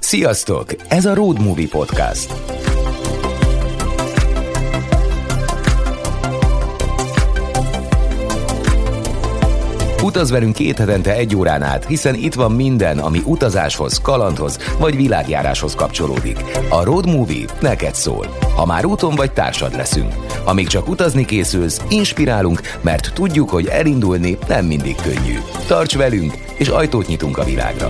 Sziasztok! Ez a Road Movie Podcast. Utaz velünk 2 hetente 1 órán át, hiszen itt van minden, ami utazáshoz, kalandhoz vagy világjáráshoz kapcsolódik. A Road Movie neked szól. Ha már úton vagy, társad leszünk. Amíg csak utazni készülsz, inspirálunk, mert tudjuk, hogy elindulni nem mindig könnyű. Tarts velünk, és ajtót nyitunk a világra.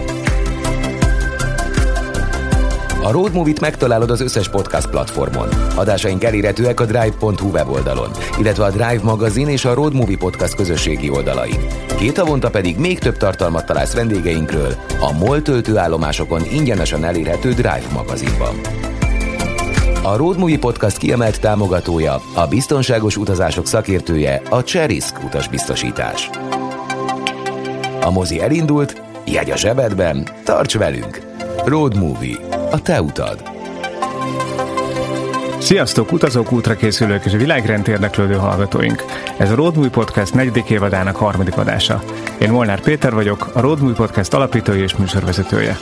A Road Movie-t megtalálod az összes podcast platformon. Adásaink elérhetőek a drive.hu weboldalon, illetve a Drive magazin és a Road Movie Podcast közösségi oldalain. 2 havonta pedig még több tartalmat találsz vendégeinkről a MOL töltőállomásokon ingyenesen elérhető Drive magazinban. A Road Movie Podcast kiemelt támogatója, a biztonságos utazások szakértője, a Cserisk utasbiztosítás. A mozi elindult, jegy a zsebedben, tarts velünk! Road Movie. A te utad. Sziasztok, utazók, útra készülők és a világrend érdeklődő hallgatóink! Ez a Road Movie Podcast 4. évadának 3. adása. Én Molnár Péter vagyok, a Road Movie Podcast alapítója és műsorvezetője.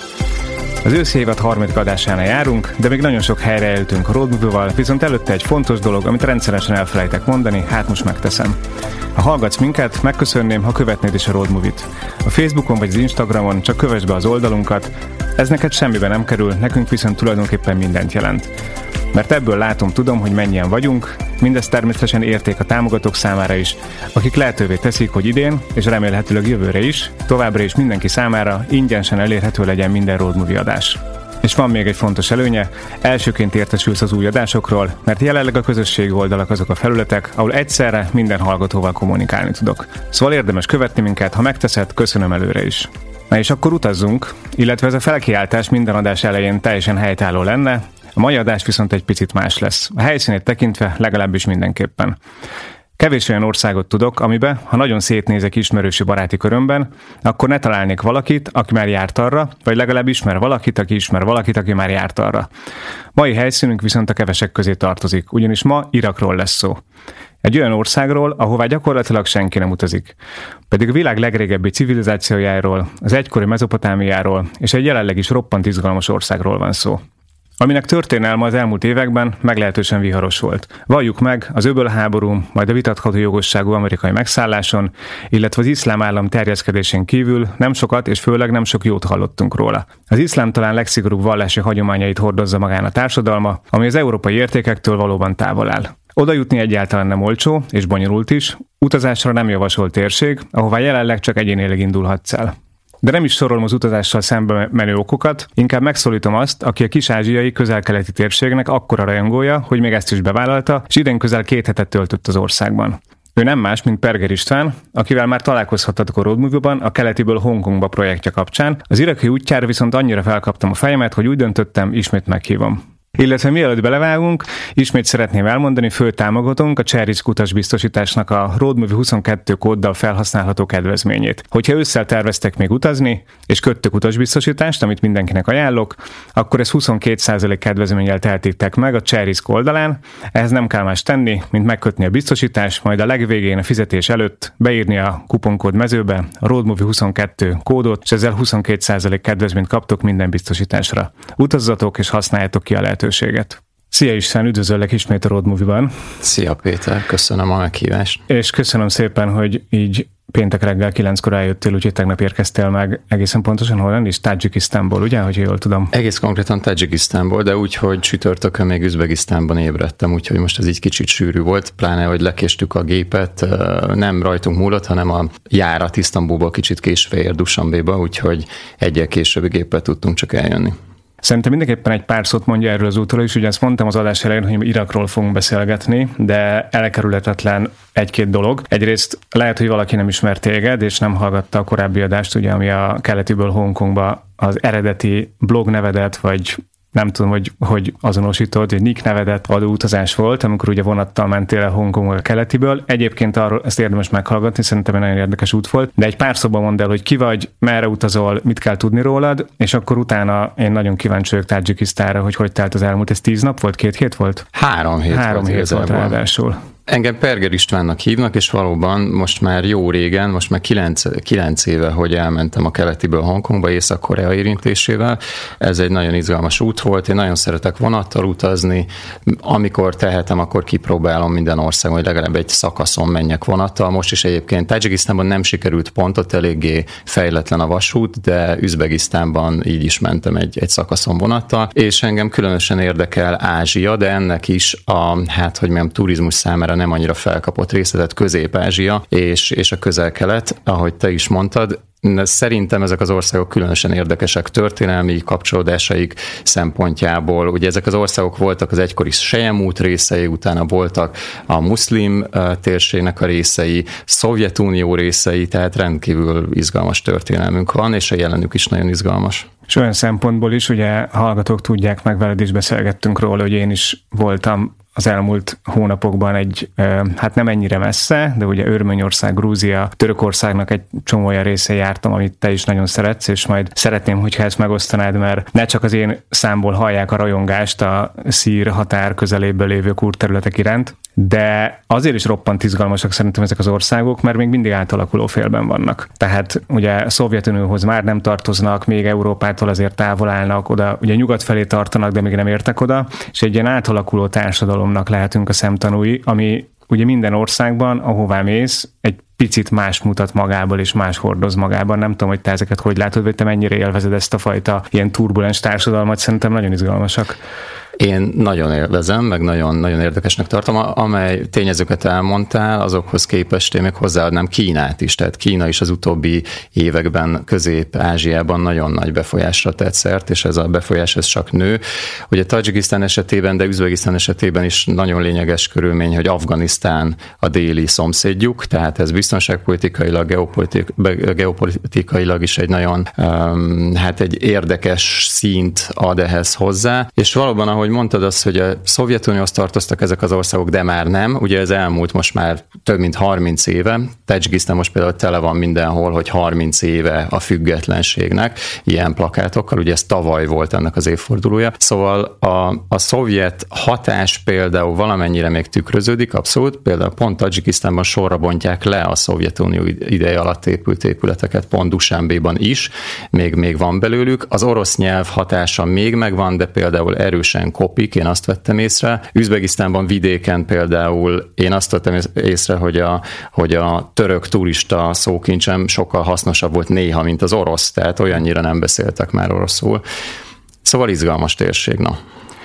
Az őszi évad 3. adásánál járunk, de még nagyon sok helyre eljutunk a Road Movie-val, viszont előtte egy fontos dolog, amit rendszeresen elfelejtek mondani, hát most megteszem. Ha hallgatsz minket, megköszönném, ha követnéd is a Road Movie-t. A Facebookon vagy az Instagramon csak kövess be az oldalunkat, ez neked semmibe nem kerül, nekünk viszont tulajdonképpen mindent jelent. Mert ebből tudom, hogy mennyien vagyunk, mindez természetesen érték a támogatók számára is, akik lehetővé teszik, hogy idén, és remélhetőleg jövőre is, továbbra is mindenki számára ingyenesen elérhető legyen minden Road Movie adás. És van még egy fontos előnye, elsőként értesülsz az új adásokról, mert jelenleg a közösségi oldalak azok a felületek, ahol egyszerre minden hallgatóval kommunikálni tudok. Szóval érdemes követni minket, ha megteszed, köszönöm előre is. Na és akkor utazzunk, illetve ez a felkiáltás minden adás elején teljesen helytálló lenne, a mai adás viszont egy picit más lesz. A helyszínét tekintve legalábbis mindenképpen. Kevés olyan országot tudok, amiben, ha nagyon szétnézek ismerősi baráti körömben, akkor ne találnék valakit, aki már járt arra, vagy legalább ismer valakit, aki ismer valakit, aki már járt arra. Mai helyszínünk viszont a kevesek közé tartozik, ugyanis ma Irakról lesz szó. Egy olyan országról, ahová gyakorlatilag senki nem utazik. Pedig a világ legrégebbi civilizációjáról, az egykori Mezopotámiáról és egy jelenleg is roppant izgalmas országról van szó. Aminek történelme az elmúlt években meglehetősen viharos volt. Valljuk meg, az öbölháború, majd a vitatható jogosságú amerikai megszálláson, illetve az iszlám állam terjeszkedésén kívül nem sokat és főleg nem sok jót hallottunk róla. Az iszlám talán legszigorúbb vallási hagyományait hordozza magán a társadalma, ami az európai értékektől valóban távol áll. Oda jutni egyáltalán nem olcsó, és bonyolult is, utazásra nem javasolt térség, ahová jelenleg csak egyénileg indulhatsz el. De nem is sorolom az utazással szembe menő okokat, inkább megszólítom azt, aki a kis-ázsiai közel-keleti térségnek akkora rajongója, hogy még ezt is bevállalta, és idén közel 2 hetet töltött az országban. Ő nem más, mint Perger István, akivel már találkozhattatok a Road Movie-ban a Keletiből Hongkongba projektje kapcsán, az iraki útjára viszont annyira felkaptam a fejemet, hogy úgy döntöttem, ismét meghívom. Illetve mielőtt belevágunk, ismét szeretném elmondani, fő támogatónk a Cserisk utasbiztosításnak a Road Movie 22 kóddal felhasználható kedvezményét. Hogyha ősszel terveztek még utazni, és köttök utasbiztosítást, amit mindenkinek ajánlok, akkor ez 22% kedvezménnyel tehetitek meg a Cserisk oldalán. Ehhez nem kell más tenni, mint megkötni a biztosítást, majd a legvégén a fizetés előtt beírni a kuponkód mezőbe a Road Movie 22 kódot, és ezzel 22% kedvezményt kaptok minden biztosításra. Utazzatok és használjátok ki a lehetőséget. Szia István, üdvözöllek ismét a Road Movie-ban. Szia Péter, köszönöm a meghívást. És köszönöm szépen, hogy így péntek reggel 9-kor eljöttél, úgyhogy tegnap érkeztél meg egészen pontosan hol is? Tadzsikisztánból, ugye, hogy jól tudom? Egész konkrétan Tadzsikisztánból, de úgy, hogy csütörtökön még Üzbegisztánban ébredtem, úgyhogy most ez így kicsit sűrű volt, pláne, hogy lekéstük a gépet, nem rajtunk múlott, hanem a járat Isztambulból kicsit késve ér Dushanbéba, úgyhogy egyel későbbi géppel tudtunk csak eljönni. Szerintem mindenképpen egy pár szót mondja erről az útról is, ugye ezt mondtam az adás elején, hogy Irakról fogunk beszélgetni, de elkerülhetetlen 1-2 dolog. Egyrészt lehet, hogy valaki nem ismer téged, és nem hallgatta a korábbi adást, ugye, ami a Keletiből Hongkongba az eredeti blog nevedet, vagy nem tudom, hogy azonosítod, hogy nick nevedet adó utazás volt, amikor ugye vonattal mentél el Hongkongba a Keletiből. Egyébként arról ezt érdemes meghallgatni, szerintem egy nagyon érdekes út volt, de egy pár szóban mondd el, hogy ki vagy, merre utazol, mit kell tudni rólad, és akkor utána én nagyon kíváncsi vagyok Tadzsikisztánra, hogy telt az elmúlt, ez 10 nap volt, 2 hét volt? 3 hét 3 hét volt ráadásul. Engem Perger Istvánnak hívnak, és valóban most már jó régen, most már 9 éve, hogy elmentem a keletiből Hongkongba, Észak-Korea érintésével. Ez egy nagyon izgalmas út volt, én nagyon szeretek vonattal utazni, amikor tehetem, akkor kipróbálom minden országon, hogy legalább egy szakaszon menjek vonattal. Most is egyébként Tadzsikisztánban nem sikerült pont, ott eléggé fejletlen a vasút, de Üzbegisztánban így is mentem egy szakaszon vonattal, és engem különösen érdekel Ázsia, de ennek is turizmus számára nem annyira felkapott része, tehát Közép-Ázsia és a Közel-Kelet, ahogy te is mondtad. Szerintem ezek az országok különösen érdekesek történelmi kapcsolódásaik szempontjából. Ugye ezek az országok voltak az egykori Selyemút részei, utána voltak a muszlim térségnek a részei, Szovjetunió részei, tehát rendkívül izgalmas történelmünk van, és a jelenük is nagyon izgalmas. És olyan szempontból is, ugye hallgatók tudják, meg veled is beszélgettünk róla, hogy én is voltam az elmúlt hónapokban nem ennyire messze, de ugye Örményország, Grúzia, Törökországnak egy csomója részén jártam, amit te is nagyon szeretsz, és majd szeretném, hogyha ezt megosztanád, mert ne csak az én számból hallják a rajongást a szír határ közelében lévő kurd területek iránt, de azért is roppant izgalmasak szerintem ezek az országok, mert még mindig átalakuló félben vannak. Tehát ugye a Szovjetunióhoz már nem tartoznak, még Európától azért távol állnak, oda ugye nyugat felé tartanak, de még nem értek oda, és egy ilyen átalakuló társadalomnak lehetünk a szemtanúi, ami ugye minden országban, ahová mész, egy picit más mutat magából, és más hordoz magában. Nem tudom, hogy te ezeket hogy látod, vagy te mennyire élvezed ezt a fajta ilyen turbulens társadalmat, szerintem nagyon izgalmasak. Én nagyon élvezem, meg nagyon, nagyon érdekesnek tartom, amely tényezőket elmondtál, azokhoz képest én még hozzáadnám Kínát is, tehát Kína is az utóbbi években Közép-Ázsiában nagyon nagy befolyásra tett szert, és ez a befolyás ez csak nő. Ugye Tadzsikisztán esetében, de Üzbegisztán esetében is nagyon lényeges körülmény, hogy Afganisztán a déli szomszédjuk, tehát ez biztonságpolitikailag, geopolitikailag is egy nagyon egy érdekes színt ad ehhez hozzá, és valóban, ahogy mondtad azt, hogy a Szovjetunióhoz tartoztak ezek az országok, de már nem. Ugye ez elmúlt most már több mint 30 éve. Tadzsikisztán most például tele van mindenhol, hogy 30 éve a függetlenségnek, ilyen plakátokkal. Ugye ez tavaly volt ennek az évfordulója. Szóval a szovjet hatás például valamennyire még tükröződik, abszolút. Például pont Tadzsikisztánban sorra bontják le a Szovjetunió ideje alatt épült épületeket, pont Dushanbéban is, még van belőlük. Az orosz nyelv hatása még megvan, de például erősen kopik, én azt vettem észre. Üzbegisztánban vidéken például én azt vettem észre, hogy a török turista szókincsem sokkal hasznosabb volt néha, mint az orosz, tehát olyannyira nem beszéltek már oroszul. Szóval izgalmas térség, na.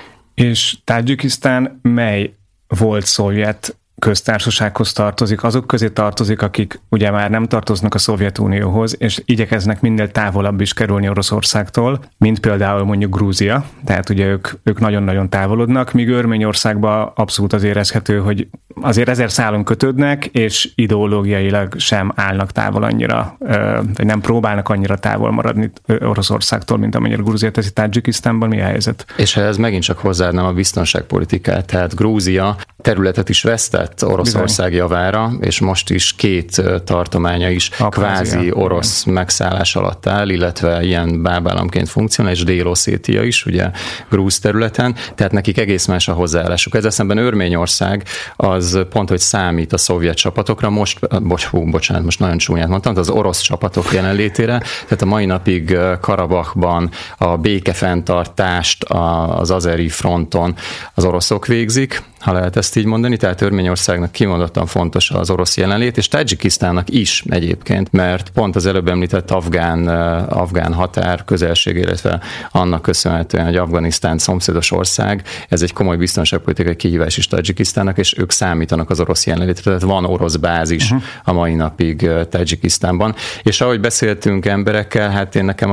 És Tadzsikisztán mely volt szovjet köztársasághoz tartozik, azok közé tartozik, akik ugye már nem tartoznak a Szovjetunióhoz, és igyekeznek minél távolabb is kerülni Oroszországtól, mint például mondjuk Grúzia, tehát ugye ők nagyon-nagyon távolodnak, míg Örményországban abszolút az érezhető, hogy azért 1000 szálon kötődnek, és ideológiailag sem állnak távol annyira, vagy nem próbálnak annyira távol maradni Oroszországtól, mint amennyire Grúzia teszi. Tadzsikisztánban mi a helyzet? És ez megint csak hozzáadnám a biztonságpolitikát, tehát Grúzia területet is vesztett Oroszország javára, és most is 2 tartománya is kvázi orosz megszállás alatt áll, illetve ilyen bábállamként funkcionál, és Dél-Oszétia is, ugye grúz területen, tehát nekik egész más a hozzáállásuk. Ezzel szemben Örményország az pont, hogy számít a szovjet csapatokra, most nagyon csúnyát mondtam, az orosz csapatok jelenlétére, tehát a mai napig Karabachban a békefenntartást az azeri fronton az oroszok végzik, ha lehet ezt így mondani, tehát Örményországnak kimondottan fontos az orosz jelenlét, és Tadzsikisztánnak is egyébként, mert pont az előbb említett afgán határ közelség, illetve annak köszönhetően, hogy Afganisztán szomszédos ország, ez egy komoly biztonságpolitikai kihívás is Tadzsikisztánnak, és ők számítanak az orosz jelenlétre, tehát van orosz bázis a mai napig Tadzsikisztánban. És ahogy beszéltünk emberekkel, hát én nekem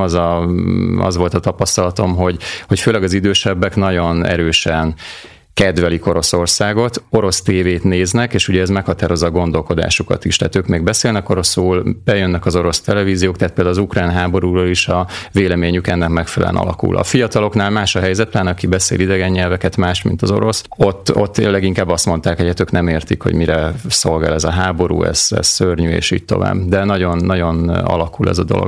az volt a tapasztalatom, hogy főleg az idősebbek nagyon erősen kedvelik Oroszországot, orosz tévét néznek, és ugye ez meghatározza a gondolkodásukat is. Tehát ők még beszélnek oroszul, bejönnek az orosz televíziók, tehát például az ukrán háborúról is a véleményük ennek megfelelően alakul. A fiataloknál más a helyzet, pláne aki beszél idegen nyelveket, más, mint az orosz. Ott leginkább azt mondták, hogy ők nem értik, hogy mire szolgál ez a háború, ez szörnyű, és így tovább. De nagyon-nagyon alakul ez a dolog.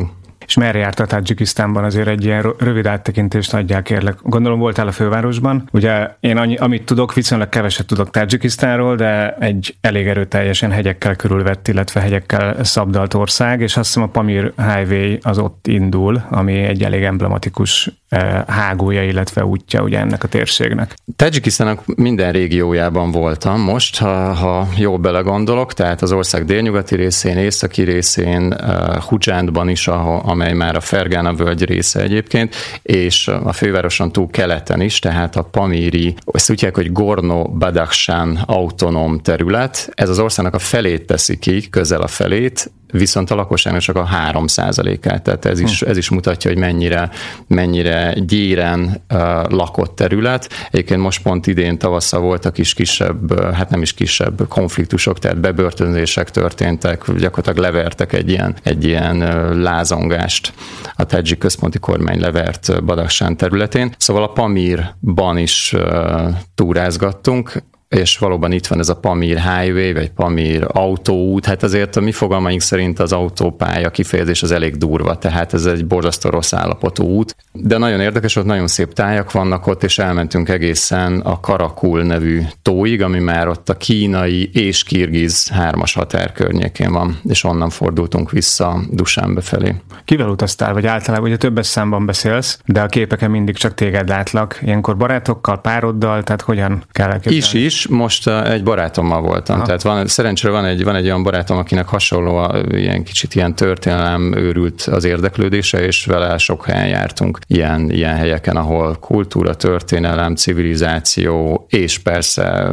és merre jártál Tadzsikisztánban, azért egy ilyen rövid áttekintést adjál, kérlek. Gondolom voltál a fővárosban. Ugye én amit tudok, viszonylag keveset tudok Tadzsikisztánról, de egy elég erőteljesen hegyekkel körülvett, illetve hegyekkel szabdalt ország, és azt hiszem a Pamir Highway az ott indul, ami egy elég emblematikus hágója, illetve útja ugye ennek a térségnek. Tadzsikisztánnak minden régiójában voltam most, ha jól belegondolok, tehát az ország délnyugati részén, északi részén, Hudzsántban is, amely már a Fergana völgy része egyébként, és a fővároson túl keleten is, tehát a pamíri, ezt úgy hívják, hogy Gorno-Badakhshan autonóm terület, ez az országnak a felét teszi ki, közel a felét, viszont a lakosságnak csak a 3%-át, tehát ez is mutatja, hogy mennyire gyéren lakott terület. Egyébként most pont idén tavasszal voltak is kisebb, hát nem is kisebb konfliktusok, tehát bebörtönzések történtek, gyakorlatilag levertek egy ilyen lázongást a tadzsik központi kormány levert Badakhshan területén. Szóval a Pamirban is túrázgattunk, és valóban itt van ez a Pamir Highway, vagy Pamir autóút, hát azért a mi fogalmaink szerint az autópálya kifejezés az elég durva, tehát ez egy borzasztó rossz állapotú út, de nagyon érdekes, ott nagyon szép tájak vannak ott, és elmentünk egészen a Karakul nevű tóig, ami már ott a kínai és kirgiz 3-as határ környékén van, és onnan fordultunk vissza Dushanbe felé. Kivel utaztál, vagy általában ugye többes számban beszélsz, de a képeken mindig csak téged látlak, ilyenkor barátokkal, pároddal, tehát hogyan kell elképzelni? Is, most egy barátommal voltam. Aha. Tehát szerencsére van egy olyan barátom, akinek hasonló kicsit ilyen történelem őrült az érdeklődése, és vele sok helyen jártunk ilyen helyeken, ahol kultúra, történelem, civilizáció, és persze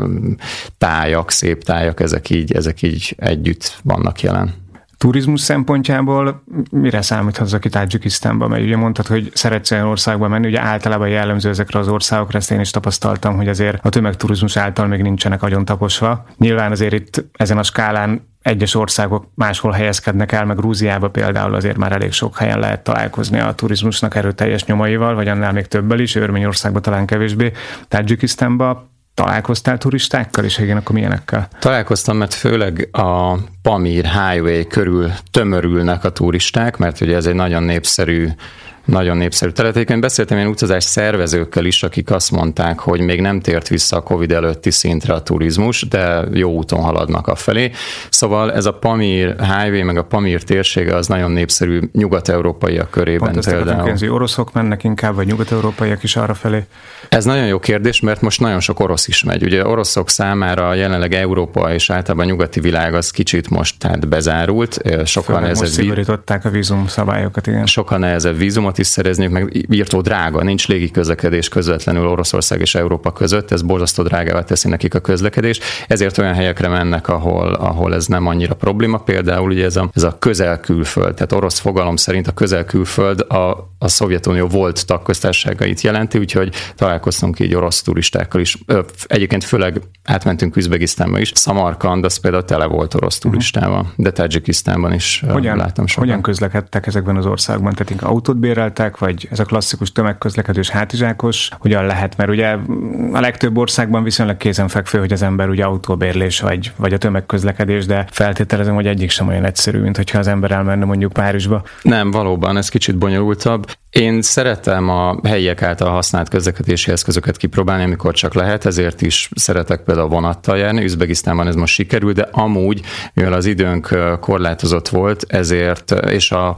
tájak, szép tájak, ezek így együtt vannak jelen. Turizmus szempontjából mire számíthatsz, aki Tadzsikisztánba megy? Ugye mondtad, hogy szeretsz olyan országba menni, ugye általában jellemző ezekre az országokra, ezt én is tapasztaltam, hogy azért a tömegturizmus által még nincsenek agyon taposva. Nyilván azért itt ezen a skálán egyes országok máshol helyezkednek el, meg Grúziába például azért már elég sok helyen lehet találkozni a turizmusnak erőteljes nyomaival, vagy annál még többel is, Örményországban talán kevésbé. Tadzsikisztánba találkoztál turistákkal, és igen, akkor milyenekkel? Találkoztam, mert főleg a Pamir Highway körül tömörülnek a turisták, mert ugye ez egy nagyon népszerű területeken. Beszéltem ilyen utazás szervezőkkel is, akik azt mondták, hogy még nem tért vissza a Covid előtti szintre a turizmus, de jó úton haladnak afelé. Szóval ez a Pamir Highway, meg a Pamir térsége az nagyon népszerű nyugat-európaiak körében. Pont például. Oroszok mennek inkább, vagy nyugat-európaiak is arra felé? Ez nagyon jó kérdés, mert most nagyon sok orosz is megy. Ugye oroszok számára jelenleg Európa és általában a nyugati világ az kicsit most tehát bezárult. Sokkal nehezebb. Most szigorították a vízum szabályokat, igen. Sokkal nehezebb vízumot is szerezniük, meg írtó drága, nincs légi közlekedés közvetlenül Oroszország és Európa között, ez borzasztó drágává teszi nekik a közlekedés, ezért olyan helyekre mennek, ahol ez nem annyira probléma, például ugye ez a közel-külföld, tehát orosz fogalom szerint a közel-külföld a Szovjetunió volt tagköztárságait jelenti, úgyhogy találkoztunk így orosz turistákkal is. Egyébként főleg átmentünk Üzbegisztánba is, Szamarkand, az például tele volt orosz turistával, de Tadzsikisztánban is láttam sokan. Hogyan közlekedtek ezekben az országban? Tehát inkább autót béreltek, vagy ez a klasszikus tömegközlekedés hátizsákos? Hogyan lehet? Mert ugye a legtöbb országban viszonylag kézenfekvő, hogy az ember ugye autóbérlés vagy a tömegközlekedés, de feltételezem, hogy egyik sem olyan egyszerű, mint hogyha az ember elmenne mondjuk Párizsba. Nem, valóban, ez kicsit bonyolultabb. Én szeretem a helyiek által használt közlekedési eszközöket kipróbálni, amikor csak lehet, ezért is szeretek például vonattal járni. Üzbegisztánban ez most sikerül, de amúgy, mivel az időnk korlátozott volt, ezért, és a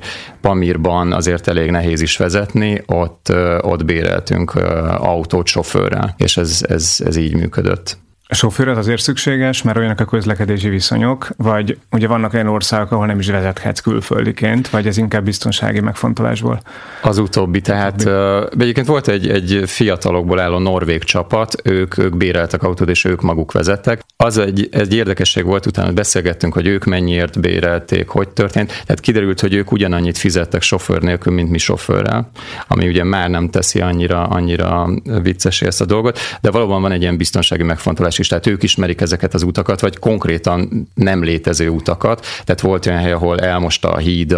Pamirban azért elég nehéz is vezetni, ott béreltünk autót sofőrrel, és ez így működött. A sofőr az azért szükséges, mert olyanak a közlekedési viszonyok, vagy ugye vannak olyan országok, ahol nem is vezethetsz külföldiként, vagy ez inkább biztonsági megfontolásból? Az utóbbi, tehát egyébként volt egy fiatalokból álló norvég csapat, ők béreltek autót, és ők maguk vezettek. Az egy érdekesség volt, utána beszélgettünk, hogy ők mennyiért bérelték, hogy történt. Tehát kiderült, hogy ők ugyanannyit fizettek sofőr nélkül, mint mi sofőrrel, ami ugye már nem teszi annyira viccesé ezt a dolgot, de valóban van egy ilyen biztonsági megfontolás is, tehát ők ismerik ezeket az utakat, vagy konkrétan nem létező utakat. Tehát volt olyan hely, ahol elmosta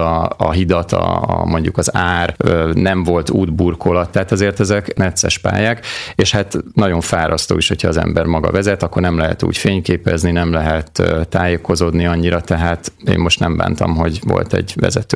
a hidat, mondjuk az ár, nem volt útburkolat, tehát azért ezek necces pályák, és hát nagyon fárasztó is, hogyha az ember maga vezet, akkor nem lehet úgy fényképezni, nem lehet tájékozódni annyira, tehát én most nem bántam, hogy volt egy vezetőnk.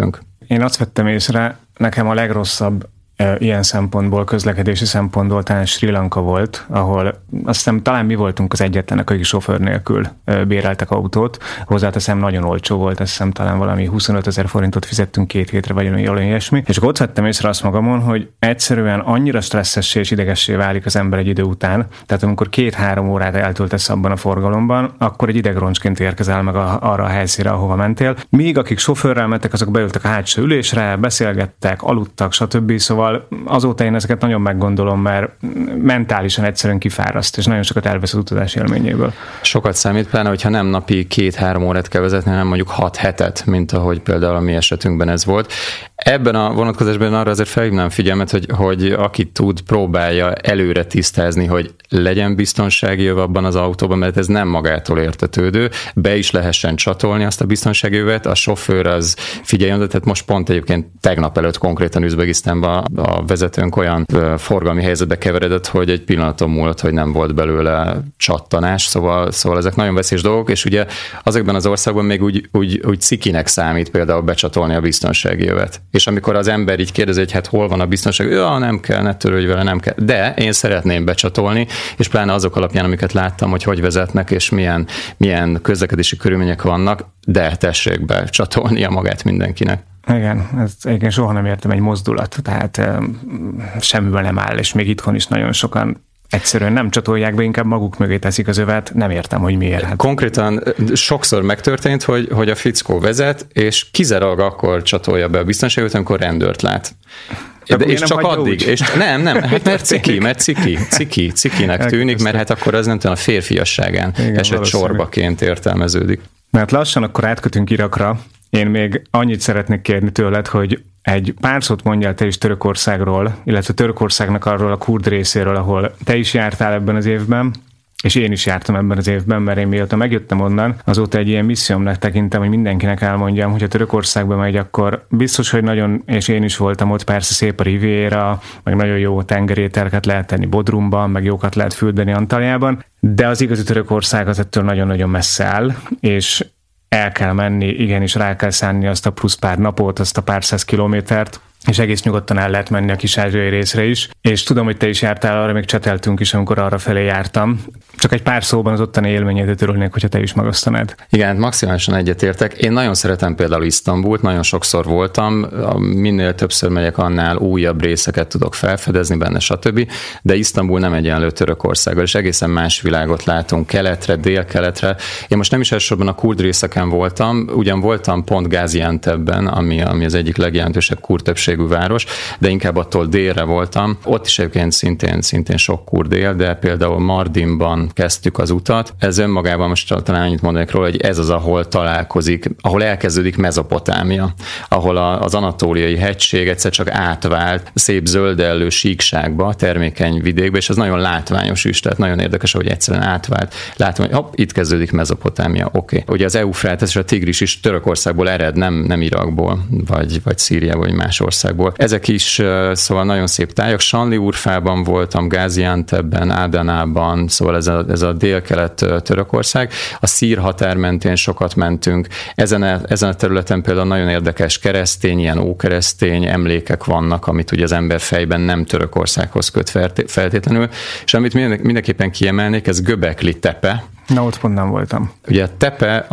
Én azt vettem észre, nekem a legrosszabb ilyen szempontból, közlekedési szempontból talán Sri Lanka volt, ahol azt hiszem talán mi voltunk az egyetlenek, akik sofőr nélkül béreltek autót. Hozzáteszem, nagyon olcsó volt, azt hiszem talán valami 25 000 forintot fizettünk 2 hétre, vagy olyan ilyesmi. És akkor ott vettem észre azt magamon, hogy egyszerűen annyira stresszessé és idegessé válik az ember egy idő után. Tehát amikor 2-3 órát eltöltesz abban a forgalomban, akkor egy idegroncsként érkezel meg arra a helyszínre, ahova mentél. Míg akik sofőrrel mentek, azok beültek a hátsó ülésre, beszélgettek, aludtak, stb. Szóval azóta én ezeket nagyon meggondolom, mert mentálisan egyszerűen kifáraszt, és nagyon sokat elvesz az utazás élményéből. Sokat számít, pláne, hogyha nem napi 2-3 órát kell vezetni, hanem mondjuk 6 hetet, mint ahogy például a mi esetünkben ez volt. Ebben a vonatkozásban arra azért felhívnám figyelmet, hogy aki tud, próbálja előre tisztázni, hogy legyen biztonsági jöv abban az autóban, mert ez nem magától értetődő, be is lehessen csatolni azt a biztonsági jövet, a sofőr az figyeljen, de tehát most pont egyébként tegnap előtt konkrétan Üzbegisztánban a vezetőnk olyan forgalmi helyzetbe keveredett, hogy egy pillanaton múlott, hogy nem volt belőle csattanás, szóval ezek nagyon veszélyes dolgok, és ugye azokban az országban még úgy cikinek számít például becsatolni a biztonsági jövet. És amikor az ember így kérdezi, hogy hát hol van a biztonság, nem kell, ne törődj vele, nem kell. De én szeretném becsatolni, és pláne azok alapján, amiket láttam, hogy vezetnek, és milyen közlekedési körülmények vannak, de tessék becsatolnia magát mindenkinek. Igen, egyébként soha nem értem egy mozdulat, tehát semmivel nem áll, és még itthon is nagyon sokan egyszerűen nem csatolják be, inkább maguk mögé teszik az övet, nem értem, hogy miért. Konkrétan sokszor megtörtént, hogy a fickó vezet, és kizárólag akkor csatolja be a biztonságot, amikor rendőrt lát. És csak addig. És nem, hát mert cikinek tűnik, mert hát akkor az nem tudom, a férfiasságán eset sorbaként értelmeződik. Mert lassan akkor átkötünk Irakra. Én még annyit szeretnék kérni tőled, hogy egy pár szót mondjál te is Törökországról, illetve Törökországnak arról a kurd részéről, ahol te is jártál ebben az évben, és én is jártam ebben az évben, mert én mióta megjöttem onnan, azóta egy ilyen missziómnak tekintem, hogy mindenkinek elmondjam, hogy ha Törökországba megy, akkor biztos, hogy nagyon, és én is voltam ott, persze szép a Riviera, meg nagyon jó tengerételket lehet tenni Bodrumban, meg jókat lehet fürdeni Antalyában, de az igazi Törökország az ettől nagyon-nagyon messze áll, és el kell menni, igenis rá kell szánni azt a plusz pár napot, azt a pár 100 kilométert, és egész nyugodtan el lehet menni a kis-ázsiai részre is. És tudom, hogy te is jártál, arra még cseteltünk is, amikor arra felé jártam. Csak egy pár szóban az ottani élményedet örülnék, hogyha te is megosztanád. Igen, maximálisan egyetértek. Én nagyon szeretem például Isztambult, nagyon sokszor voltam, minél többször megyek, annál újabb részeket tudok felfedezni benne, stb. De Isztambul nem egyenlő Törökországgal, és egészen más világot látunk keletre, délkeletre. Én most nem is elsősorban a kurd részeken voltam, ugyan voltam pont Gaziantepben, ami az egyik legjelentősebb kurd többségű város, de inkább attól délre voltam. Ott is egyébként szintén sok kurd él, de például Mardinban kezdtük az utat. Ez önmagában most talán annyit mondanék róla, hogy ez az, ahol elkezdődik Mezopotámia, ahol az anatóliai hegység egyszer csak átvált szép zöldellő síkságba, termékeny vidékbe, és ez nagyon látványos is, tehát nagyon érdekes, hogy egyszerűen átvált. Látom, hogy itt kezdődik Mezopotámia, oké. Ugye az Eufrátesz és a Tigris is Törökországból ered, nem Irakból, vagy Szíriából, vagy más országból. Ezek is szóval nagyon szép tájak. Sanliurfában voltam, Gaziantepben, Adanában, szóval ez a délkelet Törökország. A szír határ mentén sokat mentünk. Ezen a területen például nagyon érdekes keresztény, ilyen ókeresztény emlékek vannak, amit ugye az ember fejben nem Törökországhoz köt feltétlenül. És amit mindenképpen kiemelnék, ez Göbekli tepe. Na, ott pont nem voltam. Ugye a tepe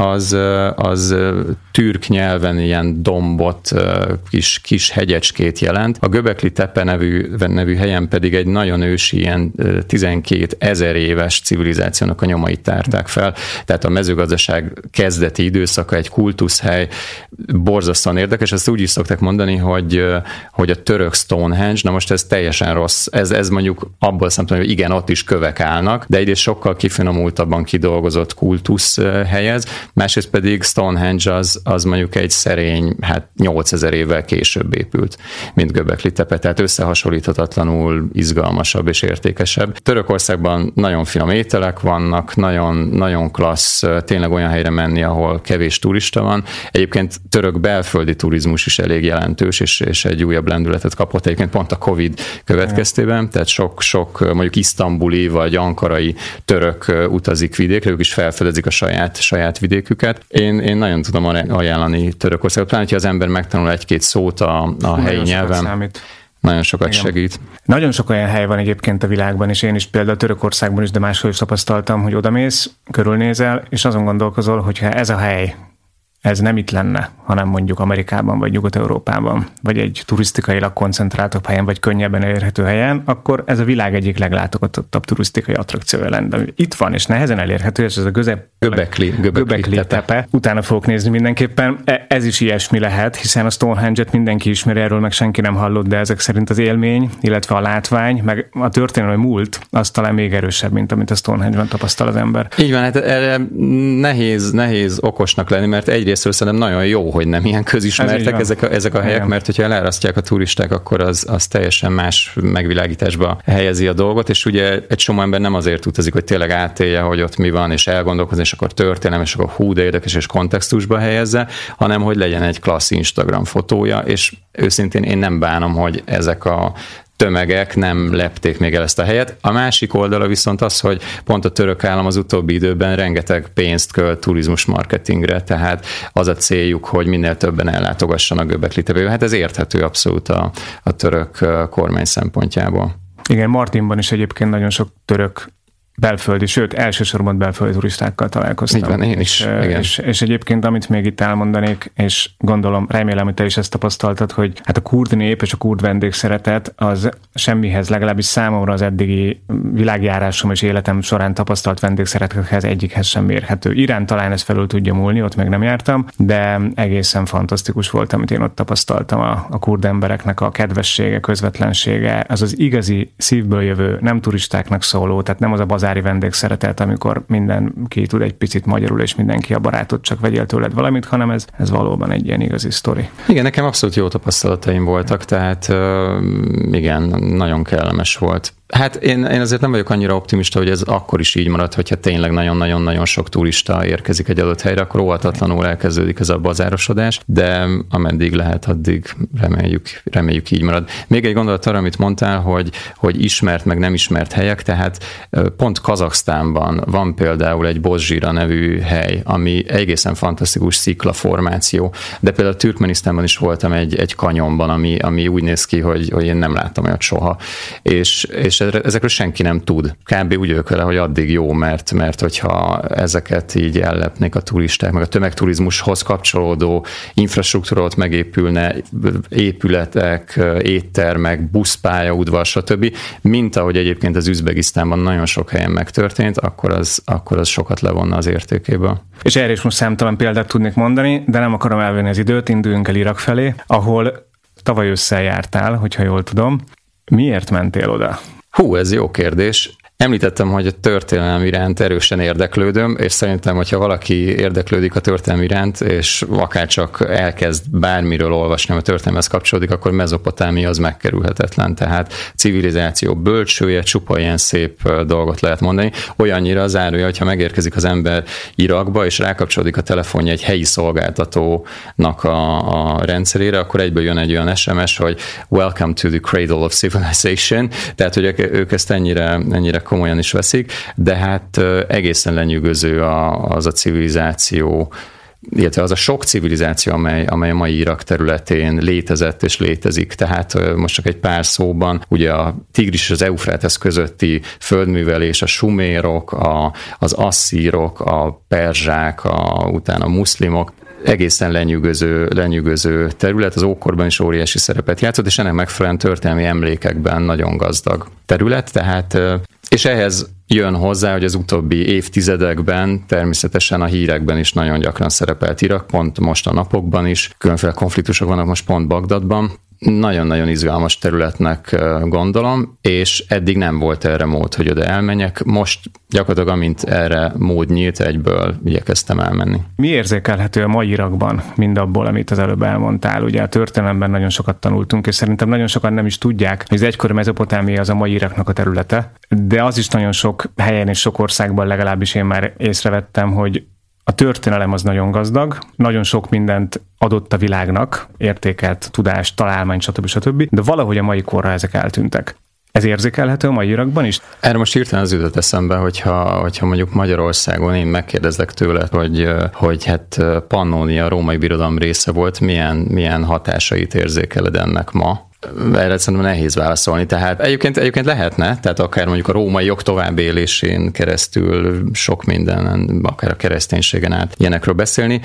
az türk nyelven ilyen dombot, kis hegyecskét jelent. A Göbekli tepe nevű helyen pedig egy nagyon ősi, ilyen 12 000 éves civilizációnak a nyomait tárták fel. Tehát a mezőgazdaság kezdeti időszaka, egy kultuszhely, borzasztóan érdekes. Ezt úgy is szokták mondani, hogy a török Stonehenge, na most ez teljesen rossz. Ez mondjuk abból szempontból, hogy igen, ott is kövek állnak, de egyrészt sokkal kifinomultabban kidolgozott kultusz helyez, másrészt pedig Stonehenge az mondjuk egy szerény, 8000 évvel később épült, mint Göbekli tepe, tehát összehasonlíthatatlanul izgalmasabb és értékesebb. Törökországban nagyon finom ételek vannak, nagyon, nagyon klassz, tényleg olyan helyre menni, ahol kevés turista van. Egyébként török belföldi turizmus is elég jelentős, és egy újabb lendületet kapott egyébként pont a Covid következtében, tehát sok mondjuk isztambuli vagy ankarai török utazik vidékre, vidékre, ők is felfedezik a saját vidéküket. Én nagyon tudom ajánlani Törökországot, pláne, hogyha az ember megtanul egy-két szót a helyi nyelven. Nagyon sokat segít. Nagyon sok olyan hely van egyébként a világban, és én is például Törökországban is, de máshol is tapasztaltam, hogy odamész, körülnézel, és azon gondolkozol, hogyha ez a hely, ez nem itt lenne, hanem mondjuk Amerikában, vagy Nyugat-Európában, vagy egy turisztikailag koncentráltabb helyen, vagy könnyebben elérhető helyen, akkor ez a világ egyik leglátogatottabb turisztikai attrakciója lenne. De itt van, és nehezen elérhető, és ez a Göbekli tepe. Utána fogok nézni mindenképpen. Ez is ilyesmi lehet, hiszen a Stonehenge-et mindenki ismeri, erről meg senki nem hallott, de ezek szerint az élmény, illetve a látvány, meg a történelmi múlt, az talán még erősebb, mint amit a Stonehenge-ben tapasztal az ember. Így van, hát erre nehéz okosnak lenni, mert egyrészt szerintem nagyon jó, hogy nem ilyen közismertek ezek a helyek, igen. Mert hogyha elárasztják a turisták, akkor az teljesen más megvilágításba helyezi a dolgot, és ugye egy csomó ember nem azért utazik, hogy tényleg átélje, hogy ott mi van, és elgondolkozni, és akkor történelem, és akkor hú, de érdekes, és kontextusba helyezze, hanem hogy legyen egy klassz Instagram fotója, és őszintén én nem bánom, hogy ezek a tömegek nem lepték még el ezt a helyet. A másik oldala viszont az, hogy pont a török állam az utóbbi időben rengeteg pénzt költ turizmus marketingre, tehát az a céljuk, hogy minél többen ellátogassanak Göbekli tepébe. Hát ez érthető abszolút a török kormány szempontjából. Igen, Martinban is egyébként nagyon sok török belföldi, sőt, elsősorban belföldi turistákkal találkoztam. Így van, én is. És egyébként, amit még itt elmondanék, és gondolom, remélem, hogy te is ezt tapasztaltad, hogy hát a kurd nép és a kurd vendégszeretet az semmihez, legalábbis számomra az eddigi világjárásom és életem során tapasztalt vendégszeretethez egyikhez sem mérhető. Irán talán ezt felül tudja múlni, ott meg nem jártam, de egészen fantasztikus volt, amit én ott tapasztaltam, a kurd embereknek a kedvessége, közvetlensége, az az igazi szívből jövő, nem turistáknak szóló, tehát nem az a bazári vendégszeretet, amikor mindenki tud egy picit magyarul, és mindenki a barátod, csak vegyél tőled valamit, hanem ez valóban egy ilyen igazi sztori. Igen, nekem abszolút jó tapasztalataim voltak, tehát igen, nagyon kellemes volt. Hát én azért nem vagyok annyira optimista, hogy ez akkor is így marad, hogyha tényleg nagyon-nagyon-nagyon sok turista érkezik egy adott helyre, akkor óvatatlanul elkezdődik ez a bazárosodás, de ameddig lehet, addig reméljük így marad. Még egy gondolat arra, amit mondtál, hogy ismert meg nem ismert helyek, tehát pont Kazaksztánban van például egy Bozsira nevű hely, ami egészen fantasztikus sziklaformáció, de például Türkmenisztánban is voltam egy kanyonban, ami úgy néz ki, hogy én nem láttam olyat soha, és ezekről senki nem tud. Kb. Úgy vagyok vele, hogy addig jó, mert hogyha ezeket így ellepnék a turisták, meg a tömegturizmushoz kapcsolódó infrastruktúra ott megépülne, épületek, éttermek, buszpályaudvar, stb., mint ahogy egyébként az Üzbegisztánban nagyon sok helyen megtörtént, akkor az sokat levonna az értékéből. És erre is most számtalan példát tudnék mondani, de nem akarom elvenni az időt, induljunk el Irak felé, ahol tavaly ősszel jártál, hogyha jól tudom. Miért mentél oda? Hú, ez jó kérdés. Említettem, hogy a történelem iránt erősen érdeklődöm, és szerintem, hogyha valaki érdeklődik a történelem iránt, és akár csak elkezd bármiről olvasni, ami a történelemhez kapcsolódik, akkor Mezopotámia az megkerülhetetlen. Tehát civilizáció bölcsője, csupa ilyen szép dolgot lehet mondani. Olyannyira zárója, hogyha megérkezik az ember Irakba, és rákapcsolódik a telefonja egy helyi szolgáltatónak a rendszerére, akkor egyből jön egy olyan SMS, hogy Welcome to the Cradle of Civilization, tehát hogy ők ezt ennyire komolyan is veszik, de hát egészen lenyűgöző az a civilizáció, illetve az a sok civilizáció, amely a mai Irak területén létezett és létezik. Tehát most csak egy pár szóban, ugye a Tigris és az Eufrátesz közötti földművelés, a sumérok, az asszírok, a perzsák, utána a muszlimok, egészen lenyűgöző terület, az ókorban is óriási szerepet játszott, és ennek megfelelően történelmi emlékekben nagyon gazdag terület, tehát és ehhez jön hozzá, hogy az utóbbi évtizedekben természetesen a hírekben is nagyon gyakran szerepelt Irak, pont most a napokban is, különféle konfliktusok vannak most pont Bagdadban. Nagyon-nagyon izgalmas területnek gondolom, és eddig nem volt erre mód, hogy oda elmenjek. Most gyakorlatilag, amint erre mód nyílt, egyből igyekeztem elmenni. Mi érzékelhető a mai Irakban mindabból, amit az előbb elmondtál? Ugye a történelemben nagyon sokat tanultunk, és szerintem nagyon sokan nem is tudják, hogy az egykori Mezopotámia az a mai Iraknak a területe, de az is nagyon sok helyen és sok országban, legalábbis én már észrevettem, hogy a történelem az nagyon gazdag, nagyon sok mindent adott a világnak, értékelt, tudást, találmányt, stb. De valahogy a mai korra ezek eltűntek. Ez érzékelhető a mai Irakban is? Erre most hirtelen az jutott eszembe, hogyha mondjuk Magyarországon én megkérdezlek tőled, hogy hát Pannónia a római birodalom része volt, milyen hatásait érzékeled ennek ma? Erre szerintem nehéz válaszolni. Tehát egyébként lehetne, tehát akár mondjuk a római jog továbbélésén keresztül sok mindenen, akár a kereszténységen át ilyenekről beszélni,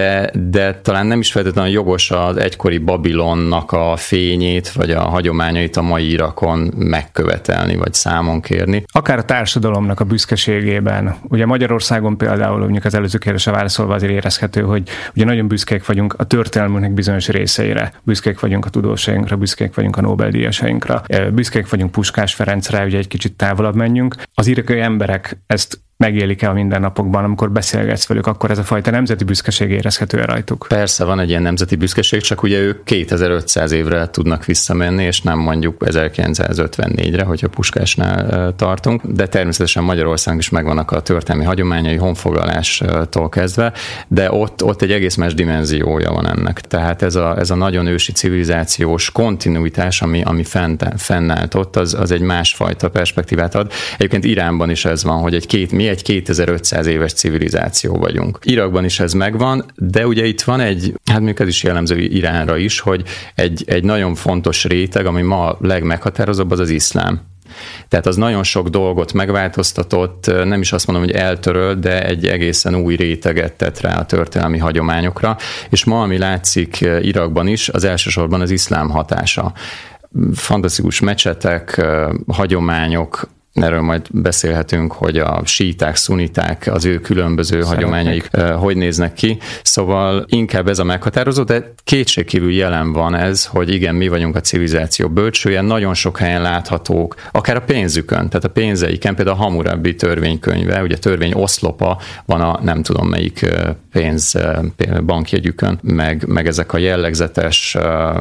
de talán nem is feltétlenül jogos az egykori Babilonnak a fényét, vagy a hagyományait a mai Irakon megkövetelni, vagy számon kérni. Akár a társadalomnak a büszkeségében. Ugye Magyarországon például, mondjuk az előző kérdésre válaszolva azért érezhető, hogy ugye nagyon büszkék vagyunk a történelmünknek bizonyos részeire, büszkék vagyunk a tudósainkra, büszkék vagyunk a Nobel-díjasainkra, büszkék vagyunk Puskás Ferencre, ugye egy kicsit távolabb menjünk. Az irakai emberek ezt megélik-e a mindennapokban, amikor beszélgetsz velük, akkor ez a fajta nemzeti büszkeség érezhető rajtuk? Persze van egy ilyen nemzeti büszkeség, csak ugye ők 2500 évre tudnak visszamenni, és nem mondjuk 1954-re, hogyha Puskásnál tartunk, de természetesen Magyarországon is megvannak a történelmi hagyományai, honfoglalástól kezdve, de ott egy egész más dimenziója van ennek. Tehát ez a nagyon ősi civilizációs kontinuitás, ami fennállt ott, az egy másfajta perspektívát ad. Egyébként Iránban is ez van, hogy mi egy 2500 éves civilizáció vagyunk. Irakban is ez megvan, de ugye itt van mondjuk ez is jellemző Iránra is, hogy egy nagyon fontos réteg, ami ma a legmeghatározóbb, az iszlám. Tehát az nagyon sok dolgot megváltoztatott, nem is azt mondom, hogy eltörölt, de egy egészen új réteget tett rá a történelmi hagyományokra, és ma, ami látszik Irakban is, az elsősorban az iszlám hatása. Fantasztikus mecsetek, hagyományok, erről majd beszélhetünk, hogy a síták, szuniták, az ő különböző hagyományaik hogy néznek ki. Szóval inkább ez a meghatározó, de kétségkívül jelen van ez, hogy igen, mi vagyunk a civilizáció bölcsője, nagyon sok helyen láthatók, akár a pénzükön, tehát a pénzeiken, például a Hammurabi törvénykönyve, ugye törvény oszlopa van a nem tudom melyik bankjegyükön, meg ezek a jellegzetes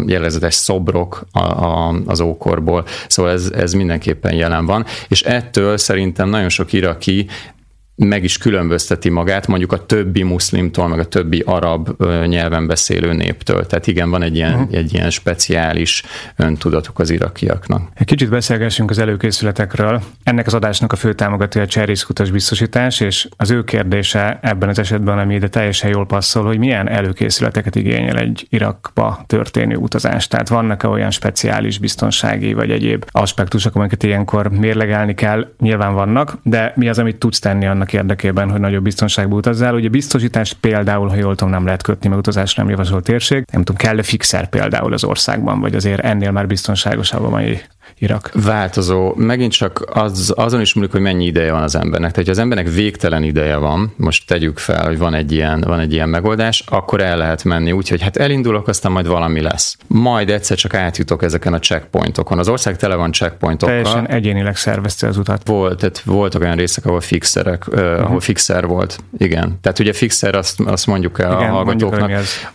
szobrok az ókorból, szóval ez mindenképpen jelen van, és ettől szerintem nagyon sok iraki meg is különbözteti magát mondjuk a többi muszlimtól, meg a többi arab nyelven beszélő néptől. Tehát igen, van egy ilyen speciális öntudatuk az irakiaknak. Egy kicsit beszélgessünk az előkészületekről. Ennek az adásnak a fő támogatója a Cserrész utasbiztosítás, és az ő kérdése ebben az esetben, ami ide teljesen jól passzol, hogy milyen előkészületeket igényel egy Irakba történő utazás. Tehát vannak-e olyan speciális biztonsági vagy egyéb aspektusok, amiket ilyenkor mérlegelni kell? Nyilván vannak, de mi az, amit tudsz tenni annak érdekében, hogy nagyobb biztonságba utazzál? Ugye biztosítást például, ha jól tudom, nem lehet kötni, mert utazásra nem javasolt térség. Nem tudom, kell-e fixer például az országban, vagy azért ennél már biztonságosabb a mai Irak? Változó. Megint csak azon is múlik, hogy mennyi ideje van az embernek. Tehát, ha az embernek végtelen ideje van, most tegyük fel, hogy van egy ilyen megoldás, akkor el lehet menni úgy, hogy hát elindulok, aztán majd valami lesz. Majd egyszer csak átjutok ezeken a checkpointokon. Az ország tele van checkpointokkal. Teljesen egyénileg szervezte az utat. Voltak olyan részek, ahol ahol fixer volt. Igen. Tehát ugye fixer, azt mondjuk el a hallgatóknak,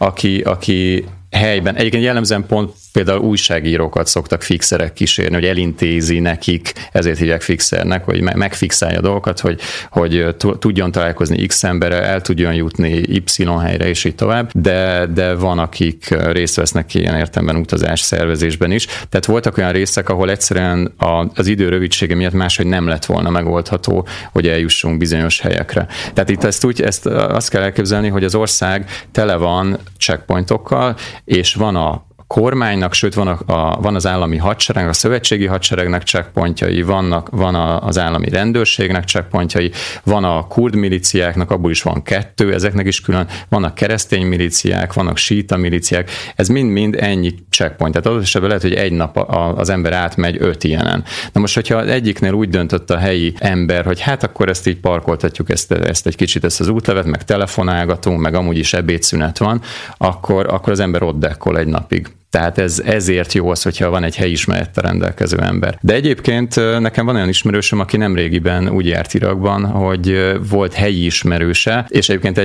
aki helyben. Egyébként jellemzően pont például újságírókat szoktak fixerek kísérni, hogy elintézi nekik, ezért hívják fixernek, hogy megfixálja a dolgokat, hogy tudjon találkozni X emberrel, el tudjon jutni Y helyre, és így tovább, de van, akik részt vesznek ilyen értelemben utazás szervezésben is. Tehát voltak olyan részek, ahol egyszerűen az idő rövidsége miatt máshogy nem lett volna megoldható, hogy eljussunk bizonyos helyekre. Tehát itt ezt azt kell elképzelni, hogy az ország tele van checkpointokkal, és van a kormánynak, sőt van az állami hadsereg, a szövetségi hadseregnek checkpointjai, van az állami rendőrségnek checkpointjai, van a kurd milíciáknak, abból is van 2, ezeknek is külön, vannak keresztény milíciák, vannak síta milíciák, ez mind ennyi checkpoint. Tehát az esetben lehet, hogy egy nap az ember átmegy 5 ilyenen. Na most, hogyha egyiknél úgy döntött a helyi ember, hogy hát akkor ezt így parkoltatjuk, ezt egy kicsit, ezt az útlevet, meg telefonálgatunk, meg amúgy is ebédszünet van, akkor az ember ott dekkol egy napig. Tehát ezért jó az, hogyha van egy helyismerettel rendelkező ember. De egyébként nekem van olyan ismerősöm, aki nemrégiben úgy járt Irakban, hogy volt helyi ismerőse, és egyébként egy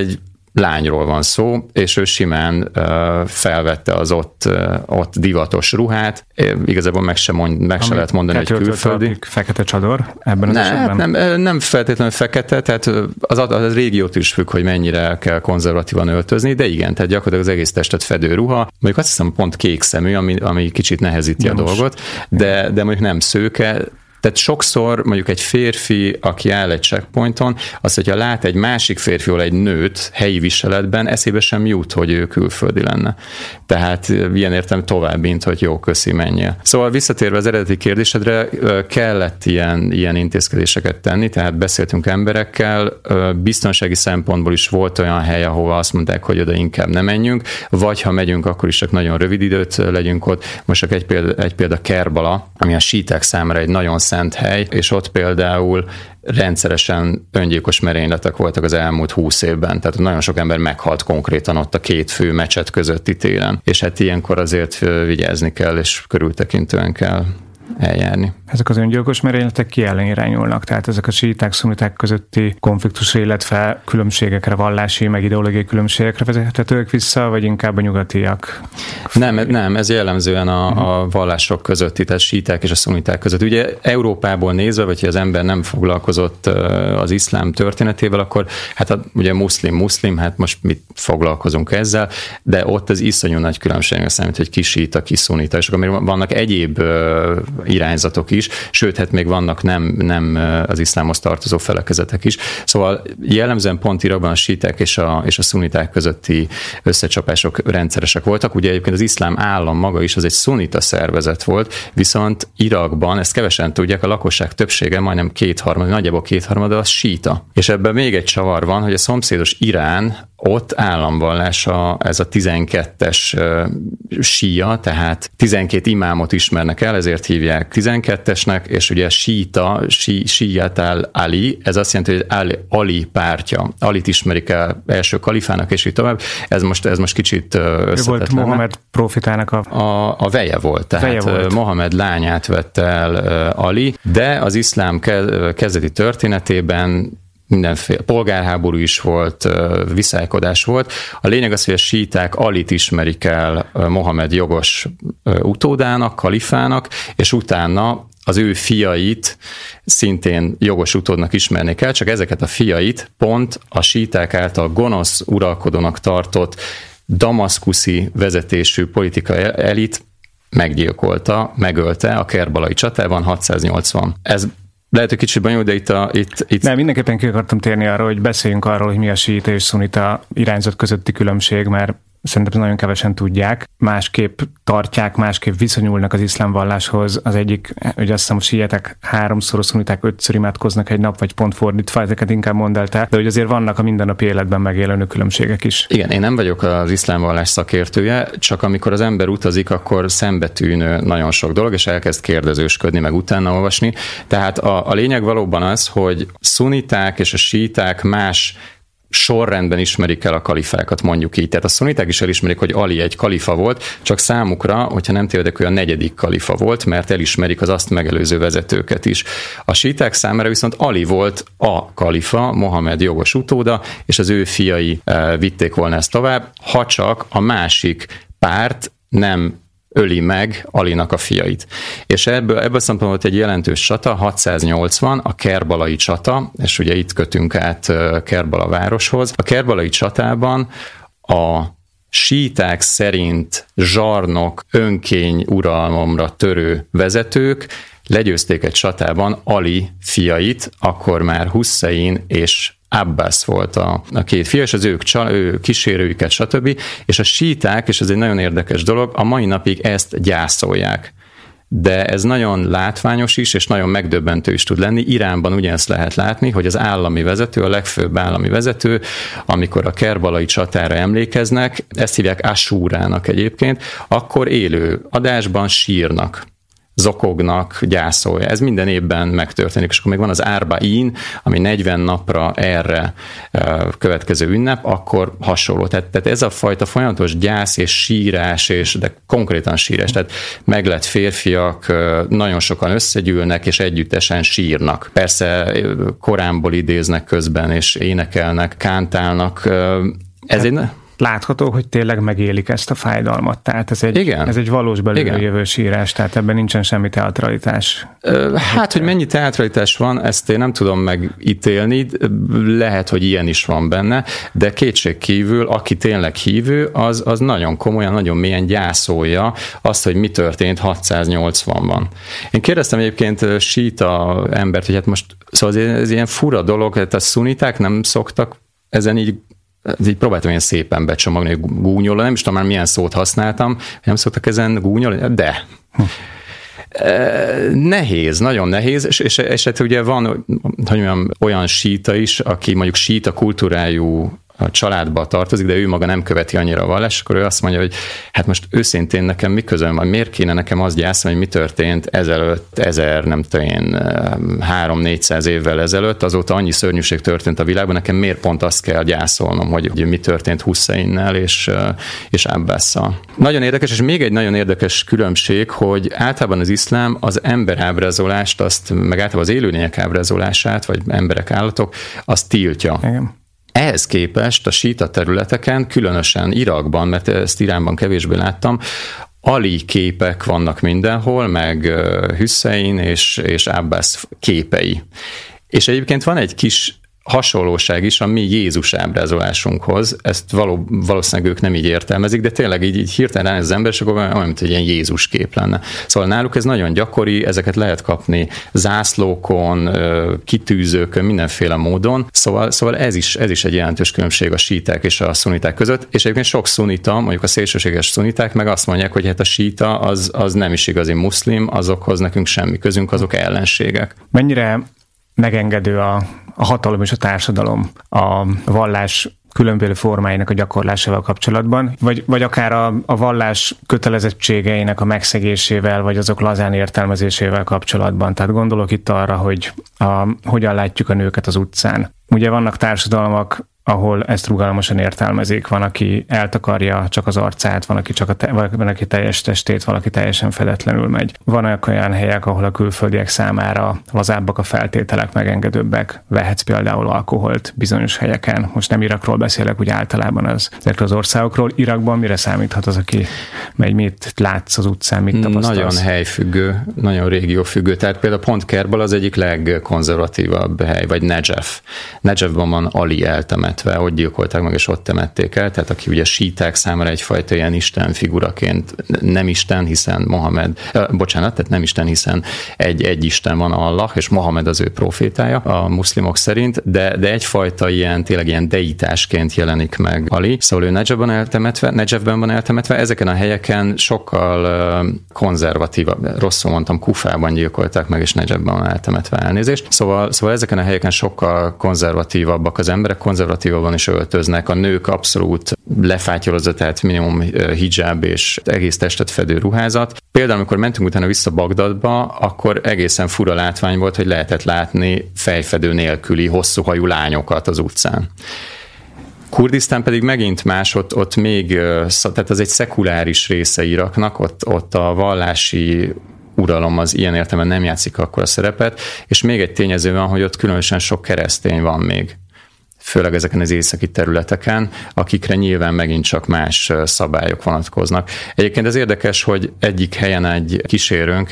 lányról van szó, és ő simán felvette az ott divatos ruhát. Igazából meg se lehet mondani, hogy külföldi. Fekete csador ebben az esetben? Nem feltétlenül fekete, tehát az régiót is függ, hogy mennyire kell konzervatívan öltözni, de igen, tehát gyakorlatilag az egész testet fedő ruha. Mondjuk azt hiszem pont kék szemű, ami kicsit nehezíti a dolgot, de mondjuk nem szőke. Tehát sokszor mondjuk egy férfi, aki áll egy checkpointon, az, hogyha lát egy másik férfiról egy nőt helyi viseletben, eszébe sem jut, hogy ő külföldi lenne. Tehát ilyen értem tovább, mint hogy jó, köszi, menjél. Szóval visszatérve az eredeti kérdésedre, kellett ilyen intézkedéseket tenni, tehát beszéltünk emberekkel, biztonsági szempontból is volt olyan hely, ahova azt mondták, hogy oda inkább ne menjünk, vagy ha megyünk, akkor is csak nagyon rövid időt legyünk ott. Most csak egy példa Kerbala, ami a síták számára egy nagyon szent hely, és ott például rendszeresen öngyilkos merényletek voltak az elmúlt 20 évben, tehát nagyon sok ember meghalt konkrétan ott a két fő mecset közötti téren, és hát ilyenkor azért vigyázni kell, és körültekintően kell eljárni. Ezek az öngyilkos merényletek ki ellen irányulnak? Tehát ezek a síiták, szuniták közötti konfliktusra, illetve különbségekre, vallási, meg ideológiai különbségekre vezethetőek vissza, vagy inkább a nyugatiak? Nem, ez jellemzően a vallások közötti, tehát síiták és a szuniták között. Ugye Európából nézve, vagy hogy az ember nem foglalkozott az iszlám történetével, akkor hát ugye muszlim, hát most mit foglalkozunk ezzel, de ott az iszonyú nagy különbségnek számít, hogy ki síita, ki szunita, és akkor még vannak egyéb irányzatok is, sőt, hát még vannak nem az iszlámhoz tartozó felekezetek is. Szóval jellemzően pont Irakban a síiták és a szuniták közötti összecsapások rendszeresek voltak. Ugye egyébként az iszlám állam maga is az egy szunita szervezet volt, viszont Irakban, ezt kevesen tudják, a lakosság többsége, majdnem nagyjából kétharmada az síita. És ebben még egy csavar van, hogy a szomszédos Irán, ott államvallása ez a 12-es síja, tehát 12 imámot ismernek el, ezért hívják 12-esnek, és ugye síjat Ali, ez azt jelenti, hogy Ali pártja. Alit ismerik el első kalifának, és így tovább. Ez most kicsit összetett. Ő volt Mohamed profitának a veje volt, tehát Mohamed lányát vette el Ali, de az iszlám kezdeti történetében mindenféle polgárháború is volt, viszálykodás volt. A lényeg az, hogy a síiták Alit ismerik el Mohamed jogos utódának, kalifának, és utána az ő fiait szintén jogos utódnak ismerni kell, csak ezeket a fiait pont a síiták által gonosz uralkodónak tartott damaszkuszi vezetésű politikai elit megölte a kerbalai csatában 680. Ez lehet, hogy kicsit bonyolult, de itt... Nem, mindenképpen ki akartam térni arra, hogy beszéljünk arról, hogy mi a síita és szunita irányzat közötti különbség, mert szerintem nagyon kevesen tudják. Másképp tartják, másképp viszonyulnak az iszlám valláshoz. Az egyik, hogy azt hiszem, a síiták 3-szor, a szuniták 5-ször imádkoznak egy nap, vagy pont fordítva, ezeket inkább mondd el te, de hogy azért vannak a mindennapi életben megjelenő különbségek is. Igen, én nem vagyok az iszlám vallás szakértője, csak amikor az ember utazik, akkor szembetűnő nagyon sok dolog, és elkezd kérdezősködni, meg utána olvasni. Tehát a lényeg valóban az, hogy szuniták és a síiták más sorrendben ismerik el a kalifákat, mondjuk így. Tehát a szuniták is elismerik, hogy Ali egy kalifa volt, csak számukra, hogyha nem tévedek, ő a 4. kalifa volt, mert elismerik az azt megelőző vezetőket is. A síiták számára viszont Ali volt a kalifa, Mohamed jogos utóda, és az ő fiai vitték volna ezt tovább, ha csak a másik párt nem öli meg Alinak a fiait. És ebből szempontból volt egy jelentős csata, 680, a kerbalai csata, és ugye itt kötünk át Kerbala városhoz. A kerbalai csatában a síiták szerint zsarnok, önkény uralmamra törő vezetők legyőzték egy csatában Ali fiait, akkor már Hussein és Abbas volt a két fia, és az ő kísérőiket, stb. És a síiták, és ez egy nagyon érdekes dolog, a mai napig ezt gyászolják. De ez nagyon látványos is, és nagyon megdöbbentő is tud lenni. Iránban ugyanezt lehet látni, hogy az állami vezető, a legfőbb állami vezető, amikor a kerbalai csatára emlékeznek, ezt hívják Asúrának egyébként, akkor élő adásban sírnak, zokognak, gyászolja. Ez minden évben megtörténik, és akkor még van az Arbain, ami 40 napra erre következő ünnep, akkor hasonló. Tehát ez a fajta folyamatos gyász és sírás, de konkrétan sírás, tehát meglett férfiak nagyon sokan összegyűlnek, és együttesen sírnak. Persze Koránból idéznek közben, és énekelnek, kántálnak, Látható, hogy tényleg megélik ezt a fájdalmat. Tehát ez egy valós belülről jövő sírás, tehát ebben nincsen semmi teatralitás. Hogy mennyi teatralitás van, ezt én nem tudom megítélni, lehet, hogy ilyen is van benne, de kétségkívül, aki tényleg hívő, az nagyon komolyan, nagyon mélyen gyászolja azt, hogy mi történt 680-ban. Én kérdeztem egyébként síta embert, hogy hát most, szóval ez ilyen fura dolog, hát a szuniták nem szoktak ezen így próbáltam ilyen szépen becsomagni, hogy gúnyolni, nem is tudom már milyen szót használtam, nem szoktak ezen gúnyolni, de nehéz, nagyon nehéz, és hát ugye van, hogy mondjam, olyan síta is, aki mondjuk síta kultúrájú a családba tartozik, de ő maga nem követi annyira a vallást, akkor ő azt mondja, hogy hát most őszintén nekem mi közöm van, miért kéne nekem azt gyászolni, hogy mi történt ezelőtt, 300-400 évvel ezelőtt, azóta annyi szörnyűség történt a világban, nekem miért pont azt kell gyászolnom, hogy mi történt Huszeinnel és Abbasszal. Nagyon érdekes, és még egy nagyon érdekes különbség, hogy általában az iszlám az emberábrázolást, meg általában az élőlények ábrázolását, vagy emberek, állatok, azt tiltja. Igen. Ehhez képest a síta területeken, különösen Irakban, mert ezt Iránban kevésbé láttam, Ali képek vannak mindenhol, meg Hüszein és Abbas képei. És egyébként van egy kis hasonlóság is a mi Jézus ábrázolásunkhoz, ezt valószínűleg ők nem így értelmezik, de tényleg így hirtelen ránéz az ember, és akkor olyan, mint hogy ilyen Jézus kép lenne. Szóval náluk ez nagyon gyakori, ezeket lehet kapni zászlókon, kitűzőkön, mindenféle módon. Szóval ez is egy jelentős különbség a síták és a szuniták között, és egyébként sok szunita, mondjuk a szélsőséges szuniták meg azt mondják, hogy hát a síta az nem is igazi muszlim, azokhoz nekünk semmi közünk, azok ellenségek. Mennyire megengedő a hatalom és a társadalom a vallás különböző formáinak a gyakorlásával kapcsolatban, vagy akár a vallás kötelezettségeinek a megszegésével, vagy azok lazán értelmezésével kapcsolatban. Tehát gondolok itt arra, hogy hogyan látjuk a nőket az utcán. Ugye vannak társadalmak, ahol ezt rugalmasan értelmezik. Van, aki eltakarja csak az arcát, van, aki teljes testét, valaki teljesen fedetlenül megy. Vannak olyan helyek, ahol a külföldiek számára lazábbak a feltételek, megengedőbbek. Vehetsz például alkoholt bizonyos helyeken. Most nem Irakról beszélek, úgy általában ezekről az országokról. Irakban mire számíthat az, aki megy, mit látsz az utcán, mit tapasztalsz? Nagyon helyfüggő, nagyon régiófüggő. Tehát például pont Kerbala az egyik legkonzervatívabb hely, vagy Nejef. Nejefban van Ali eltemetve, ott gyilkolták meg, és ott temették el, tehát aki ugye síták számára egyfajta ilyen Isten figuraként, nem Isten, hiszen tehát nem Isten, hiszen egy Isten van, Allah, és Mohamed az ő profétája a muszlimok szerint, de egyfajta tényleg ilyen deitásként jelenik meg Ali. Szóval ő Nejefben van eltemetve, ezeken a helyeken sokkal konzervatívabb, rosszul mondtam, Kufában gyilkolták meg, és Nejefben van eltemetve, elnézést. Szóval ezeken a helyeken sokkal konzervatívabbak az emberek, konzervatívabban is öltöznek, a nők abszolút lefátyolozza, tehát minimum hijab és egész testet fedő ruházat. Például, amikor mentünk utána vissza Bagdadba, akkor egészen fura látvány volt, hogy lehetett látni fejfedő nélküli, hosszúhajú lányokat az utcán. Kurdisztán pedig megint más, ott még, tehát az egy szekuláris része Iraknak, ott a vallási uralom az ilyen értelemben nem játszik akkor a szerepet, és még egy tényező van, hogy ott különösen sok keresztény van még, főleg ezeken az északi területeken, akikre nyilván megint csak más szabályok vonatkoznak. Egyébként ez érdekes, hogy egyik helyen egy kísérőnk,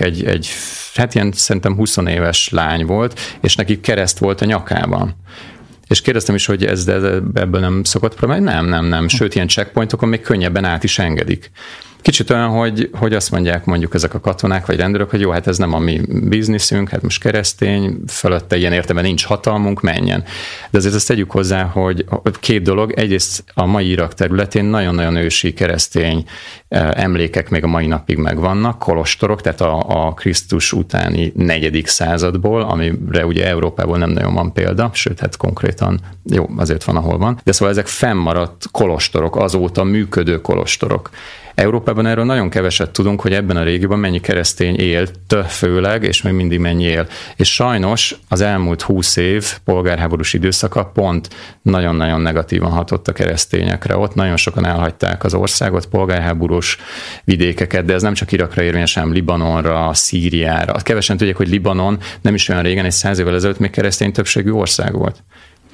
hát ilyen szerintem 20 éves lány volt, és neki kereszt volt a nyakában. És kérdeztem is, hogy ez ebből nem szokott probléma? Nem. Sőt, ilyen checkpointokon még könnyebben át is engedik. Kicsit olyan, hogy azt mondják mondjuk ezek a katonák vagy rendőrök, hogy jó, hát ez nem a mi bizniszünk, hát most keresztény, fölötte ilyen értelemben nincs hatalmunk, menjen. De azért azt tegyük hozzá, hogy két dolog. Egyrészt a mai Irak területén nagyon-nagyon ősi keresztény emlékek még a mai napig megvannak, kolostorok, tehát a Krisztus utáni 4. századból, amire ugye Európából nem nagyon van példa, sőt, hát konkrétan, jó, azért van, ahol van. De szóval ezek fennmaradt kolostorok, azóta működő kolostorok. Európában erről nagyon keveset tudunk, hogy ebben a régióban mennyi keresztény élt főleg, és még mindig mennyi él. És sajnos az elmúlt 20 év polgárháborús időszaka pont nagyon-nagyon negatívan hatott a keresztényekre. Ott nagyon sokan elhagyták az országot, polgárháborús vidékeket, de ez nem csak Irakra érvényes, hanem Libanonra, Szíriára. Kevesen tudják, hogy Libanon nem is olyan régen, egy 100 évvel ezelőtt még keresztény többségű ország volt.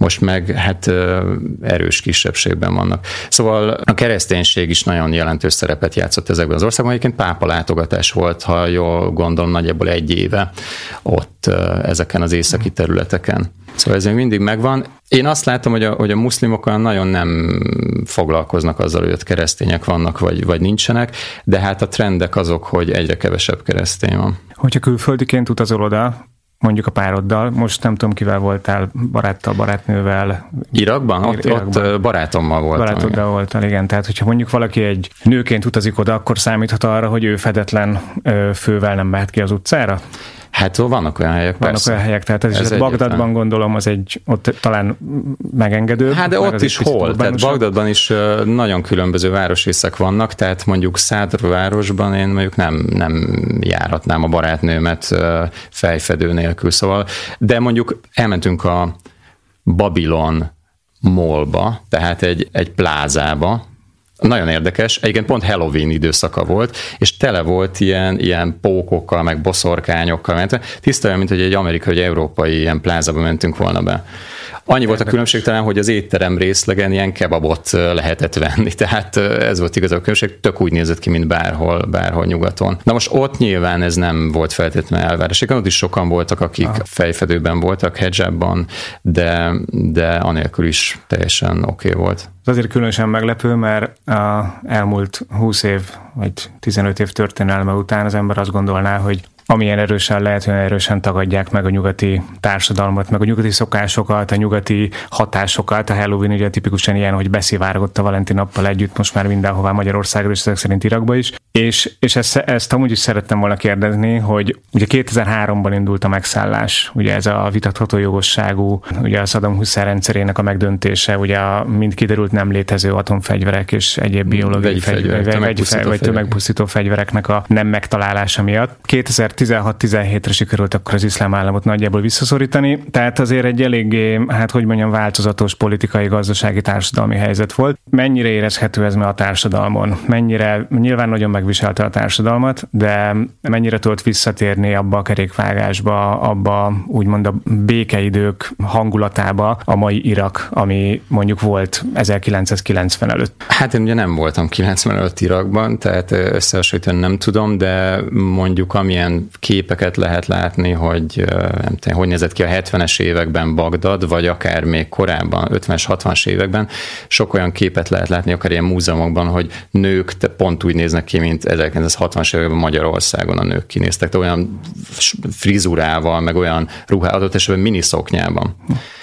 most meg hát erős kisebbségben vannak. Szóval a kereszténység is nagyon jelentős szerepet játszott ezekben az országban. Egyébként pápa látogatás volt, ha jól gondolom, nagyjából 1 éve ott ezeken az északi területeken. Szóval ez még mindig megvan. Én azt látom, hogy a muszlimok olyan nagyon nem foglalkoznak azzal, hogy ott keresztények vannak, vagy nincsenek, de hát a trendek azok, hogy egyre kevesebb keresztény van. Hogyha külföldiként utazol oda, mondjuk a pároddal, most nem tudom, kivel voltál, baráttal, barátnővel. Irakban? Ott barátommal voltam. Barátoddal voltál, igen. Tehát, hogyha mondjuk valaki egy nőként utazik oda, akkor számíthat arra, hogy ő fedetlen fővel nem mehet ki az utcára? Hát vannak olyan helyek, vannak persze. Olyan helyek, tehát ez Bagdadban gondolom, az ott talán megengedő. Hát de ott is hol? Tehát Bagdadban is nagyon különböző városrészek vannak, tehát mondjuk Szádr városban én mondjuk nem járhatnám a barátnőmet fejfedő nélkül, szóval, de mondjuk elmentünk a Babylon Mallba, tehát egy plázába, nagyon érdekes, egyébként pont Halloween időszaka volt, és tele volt ilyen pókokkal, meg boszorkányokkal, tiszta olyan, mint hogy egy amerikai vagy európai ilyen plázába mentünk volna be. Annyi volt a különbség talán, hogy az étterem részlegen ilyen kebabot lehetett venni, tehát ez volt igazából a különbség, tök úgy nézett ki, mint bárhol nyugaton. Na most ott nyilván ez nem volt feltétlenül elvárás. Ott is sokan voltak, akik fejfedőben voltak, hedzsábban, de anélkül is teljesen oké volt. Ez azért különösen meglepő, mert elmúlt 20 év vagy 15 év történelme után az ember azt gondolná, hogy amilyen erősen lehet, olyan erősen tagadják meg a nyugati társadalmat, meg a nyugati szokásokat, a nyugati hatásokat. A Halloween ugye tipikusan ilyen, hogy beszivárgott a Valentin nappal együtt, most már mindenhová Magyarországra, és ezek szerint Irakba is. És ezt amúgy is szerettem volna kérdezni, hogy ugye 2003-ban indult a megszállás, ugye ez a vitatható jogosságú, ugye a Saddam Hussein rendszerének a megdöntése, ugye a mind kiderült nem létező atomfegyverek és egyéb biológiai vagy tömegpusztító fegyvereknek a nem megtalálása miatt. 2016-17-re sikerült akkor az iszlám államot nagyjából visszaszorítani, tehát azért egy eléggé, változatos politikai, gazdasági, társadalmi helyzet volt. Mennyire érezhető ez ma a társadalmon? Mennyire, nyilván nagyon megviselte a társadalmat, de mennyire tudott visszatérni abba a kerékvágásba, abba úgymond a békeidők hangulatába a mai Irak, ami mondjuk volt 1990 előtt? Hát én ugye nem voltam 90 előtt Irakban, tehát összehasonlítani nem tudom, de mondjuk amilyen képeket lehet látni, hogy nem tudom, hogy nézett ki a 70-es években Bagdad, vagy akár még korábban, 50-es, 60-as években, sok olyan képet lehet látni, akár ilyen múzeumokban, hogy nők pont úgy néznek ki, mint 1960-as években Magyarországon a nők kinéztek, de olyan frizurával, meg olyan adott esetben miniszoknyában.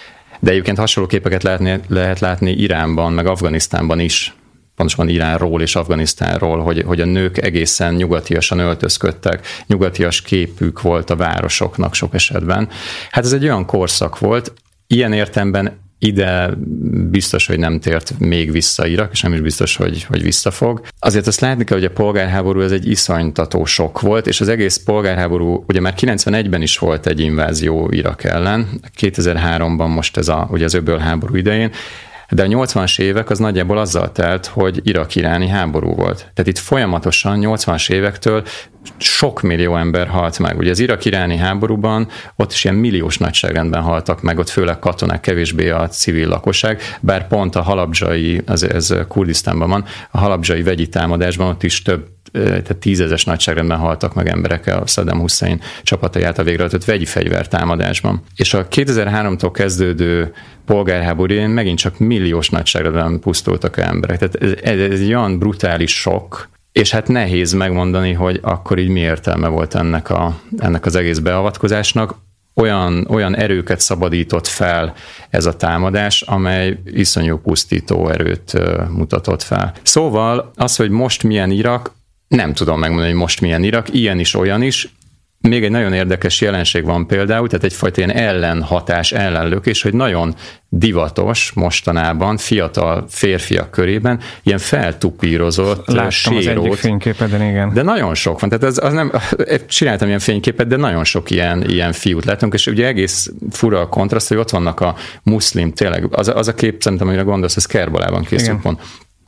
De egyébként hasonló képeket lehet látni Iránban, meg Afganisztánban is, pontosan Iránról és Afganisztánról, hogy a nők egészen nyugatiasan öltözködtek, nyugatias képük volt a városoknak sok esetben. Hát ez egy olyan korszak volt, ilyen értelemben ide biztos, hogy nem tért még vissza Irak, és nem is biztos, hogy visszafog. Azért azt látni kell, hogy a polgárháború ez egy iszonytató sok volt, és az egész polgárháború, ugye már 91-ben is volt egy invázió Irak ellen, 2003-ban most ugye az öbölháború idején, de a 80-as évek az nagyjából azzal telt, hogy Irak-iráni háború volt. Tehát itt folyamatosan 80-as évektől sok millió ember halt meg. Ugye az Irak-iráni háborúban ott is ilyen milliós nagyságrendben haltak meg, ott főleg katonák, kevésbé a civil lakosság, bár pont a halabdzsai, ez Kurdisztánban van, a halabdzsai vegyi támadásban ott is tehát 10 nagyságrendben haltak meg emberek a Saddam Hussein csapatai által végrehajtott vegyi fegyvertámadásban. És a 2003-tól kezdődő polgárháborúján megint csak milliós nagyságrendben pusztultak emberek. Tehát ez egy olyan brutális sok, és hát nehéz megmondani, hogy akkor így mi értelme volt ennek az egész beavatkozásnak. Olyan erőket szabadított fel ez a támadás, amely iszonyú pusztító erőt mutatott fel. Szóval az, hogy most milyen Irak, nem tudom megmondani, hogy most milyen Irak, ilyen is, olyan is. Még egy nagyon érdekes jelenség van például, tehát egyfajta ilyen ellenhatás, ellenlökés, hogy nagyon divatos mostanában fiatal férfiak körében ilyen feltupírozott láttam sérót. Az egyik fényképeden, igen. De nagyon sok van, tehát az nem, csináltam ilyen fényképet, de nagyon sok ilyen fiút látunk, és ugye egész fura a kontraszt, hogy ott vannak a muszlim, tényleg, az a kép, szerintem, amire gondolsz, ez Kerbalában készült pont.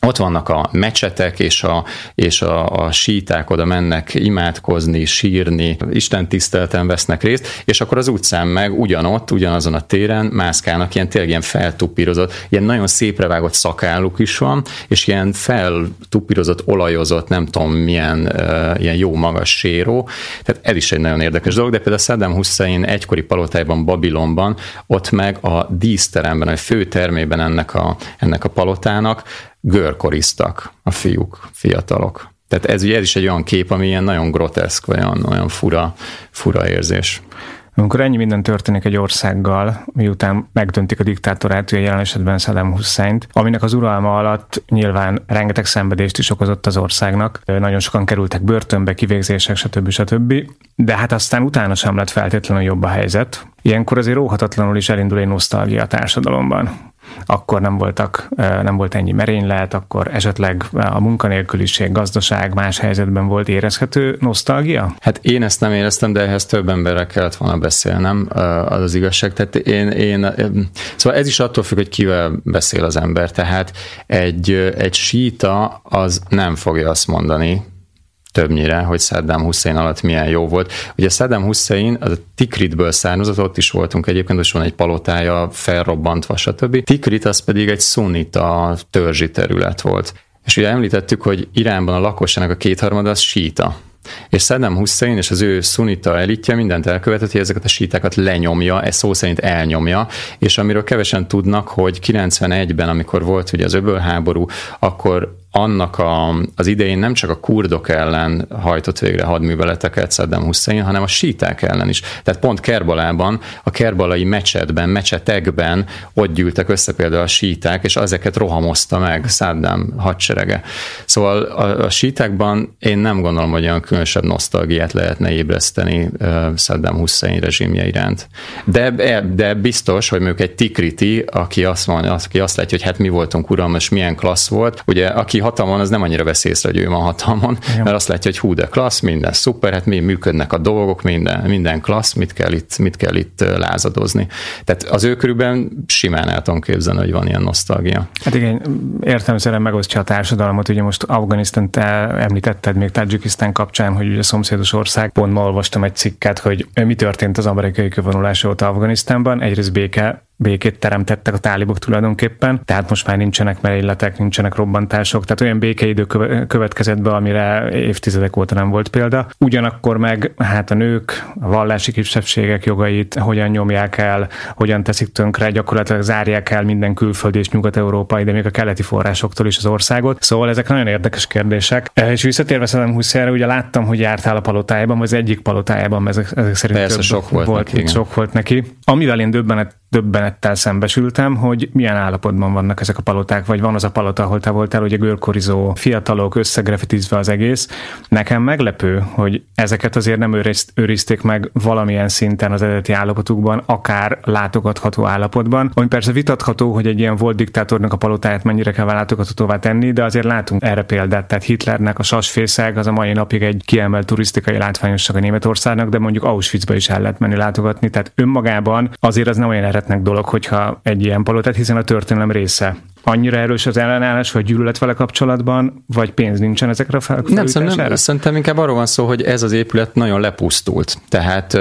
ott vannak a mecsetek, és a síták oda mennek imádkozni, sírni, istentiszteleten vesznek részt, és akkor az utcán meg ugyanazon a téren mászkálnak, tényleg ilyen feltupírozott, ilyen nagyon szépre vágott szakálluk is van, és ilyen feltupírozott, olajozott, nem tudom milyen, ilyen jó magas séró. Tehát ez is egy nagyon érdekes dolog, de például Saddam Hussein egykori palotájában, Babilonban, ott meg a díszteremben, a főtermében ennek a palotának görkoriztak a fiatalok. Tehát ez is egy olyan kép, ami ilyen nagyon groteszk, olyan fura érzés. Amikor ennyi minden történik egy országgal, miután megdöntik a diktátorát, jelen esetben Saddam Husseint, aminek az uralma alatt nyilván rengeteg szenvedést is okozott az országnak, nagyon sokan kerültek börtönbe, kivégzések, stb. De hát aztán utána sem lett feltétlenül jobb a helyzet. Ilyenkor azért óhatatlanul is elindul egy nosztalgia a társadalomban. Akkor nem volt ennyi merénylet, akkor esetleg a munkanélküliség, gazdaság más helyzetben volt érezhető nosztalgia? Hát én ezt nem éreztem, de ehhez több emberrel kellett volna beszélnem, az igazság. Tehát szóval ez is attól függ, hogy kivel beszél az ember. Tehát egy síta az nem fogja azt mondani, többnyire, hogy Saddam Hussein alatt milyen jó volt. Ugye Saddam Hussein az a Tikritből származott, ott is voltunk egyébként, ott van egy palotája felrobbantva, stb. Tikrit az pedig egy szunnita törzsi terület volt. És ugye említettük, hogy Iránban a lakosságnak a 2/3 az síta. És Saddam Hussein és az ő szunita elitje mindent elkövetett, hogy ezeket a sítákat lenyomja, ez szó szerint elnyomja, és amiről kevesen tudnak, hogy 91-ben, amikor volt ugye az öbölháború, akkor annak az idején nem csak a kurdok ellen hajtott végre hadműveleteket Saddam Hussein, hanem a síták ellen is. Tehát pont Kerbalában, a kerbalai mecsetekben ott gyűltek össze például a síták, és ezeket rohamozta meg Saddam hadserege. Szóval a sítákban én nem gondolom, hogy olyan különösebb nosztalgiát lehetne ébreszteni Saddam Hussein rezsimje iránt. De biztos, hogy mondjuk egy Tikriti, aki azt látja, hogy hát mi voltunk uralmas, milyen klassz volt, ugye aki hatalmon, az nem annyira vesz észre, hogy ő van hatalmon, mert azt látja, hogy hú, de klassz, minden szuper, hát mi működnek a dolgok, minden klassz, mit kell itt lázadozni. Tehát az ő körülben simán el tudom képzelni, hogy van ilyen nosztalgia. Hát igen, értelemszerűen megosztja a társadalmat, ugye most Afganisztánt említetted még Tadzsikisztán kapcsán, hogy ugye szomszédos ország, pont ma olvastam egy cikket, hogy mi történt az amerikai kivonulás óta Afganisztánban, egyrészt békét teremtettek a tálibok tulajdonképpen, tehát most már nincsenek merényletek, nincsenek robbantások, tehát olyan békeidő következett be, amire évtizedek óta nem volt példa. Ugyanakkor meg hát a nők, a vallási kisebbségek jogait hogyan nyomják el, hogyan teszik tönkre, gyakorlatilag zárják el minden külföldi és nyugat-európai, de még a keleti forrásoktól is az országot. Szóval ezek nagyon érdekes kérdések. És visszatérve Saddam Husseinre, ugye láttam, hogy jártál a palotájában, vagy az egyik palotájában, ezek szerint persze, sok volt neki. Amivel én döbbenettel szembesültem, hogy milyen állapotban vannak ezek a paloták, vagy van az a palota, ahol te voltál, ugye görkorizó fiatalok, összegrafitizve az egész. Nekem meglepő, hogy ezeket azért nem őrizték meg valamilyen szinten az eredeti állapotukban, akár látogatható állapotban, ami persze vitatható, hogy egy ilyen volt diktátornak a palotáját mennyire kell látogathatóvá tenni, de azért látunk erre példát, tehát Hitlernek a sasfészeg az a mai napig egy kiemelt turisztikai látványosság a Németországnak, de mondjuk Auschwitzba is el lehet menni látogatni, tehát önmagában azért az nem olyan eretnek dolog, hogyha egy ilyen palotát, hiszen a történelem része. Annyira erős az ellenállás, vagy gyűlölet vele kapcsolatban, vagy pénz nincsen ezekre a felújítására? Nem, szerintem inkább arról van szó, hogy ez az épület nagyon lepusztult. Tehát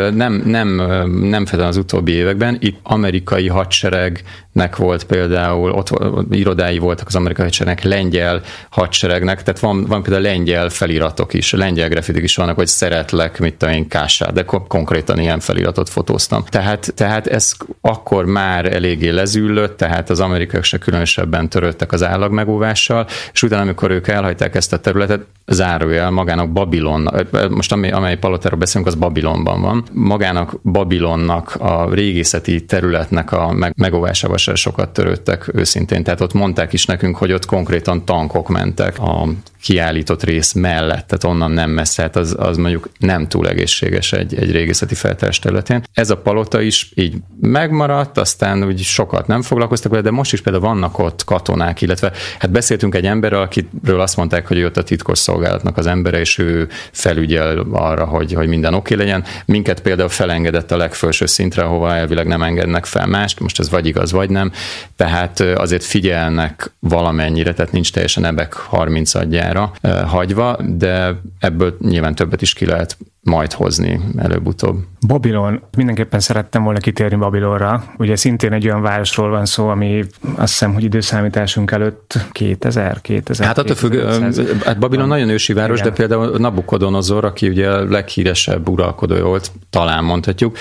nem feltétlenül az utóbbi években. Itt amerikai hadseregnek volt például, ott irodái voltak az amerikai hadseregnek, lengyel hadseregnek, tehát van például lengyel feliratok is, lengyel grafitik is vannak, hogy szeretlek, mit tudom én, Kássár, de konkrétan ilyen feliratot fotóztam. Tehát ez akkor már eléggé lezüllött, tehát az amerikaiak se különösebben törődtek az állag megóvással, és utána, amikor ők elhagyták ezt a területet, zárójel magának Babilonnak, most amely palotáról beszélünk, az Babilonban van, magának Babilonnak a régészeti területnek a megóvásával sem sokat törődtek őszintén. Tehát ott mondták is nekünk, hogy ott konkrétan tankok mentek a kiállított rész mellett, tehát onnan nem messze, hát az mondjuk nem túl egészséges egy régészeti feltárás területén. Ez a palota is így megmaradt, aztán úgy sokat nem foglalkoztak vele, de most is például vannak ott katonák, illetve hát beszéltünk egy emberrel, akiről azt mondták, hogy ő ott a titkos szolgálatnak az embere, és ő felügyel arra, hogy minden oké legyen. Minket például felengedett a legfelső szintre, ahova elvileg nem engednek fel mást, most ez vagy igaz, vagy nem, tehát azért figyelnek valamennyire, tehát nincs teljesen ebek 30-adjára hagyva, de ebből nyilván többet is ki lehet majd hozni előbb-utóbb. Babilon. Mindenképpen szerettem volna kitérni Babilonra. Ugye szintén egy olyan városról van szó, ami azt hiszem, hogy időszámításunk előtt 2000. Hát attól függ, Babilon nagyon ősi város, igen. De például Nabukodonozor, aki ugye a leghíresebb uralkodó volt, talán mondhatjuk,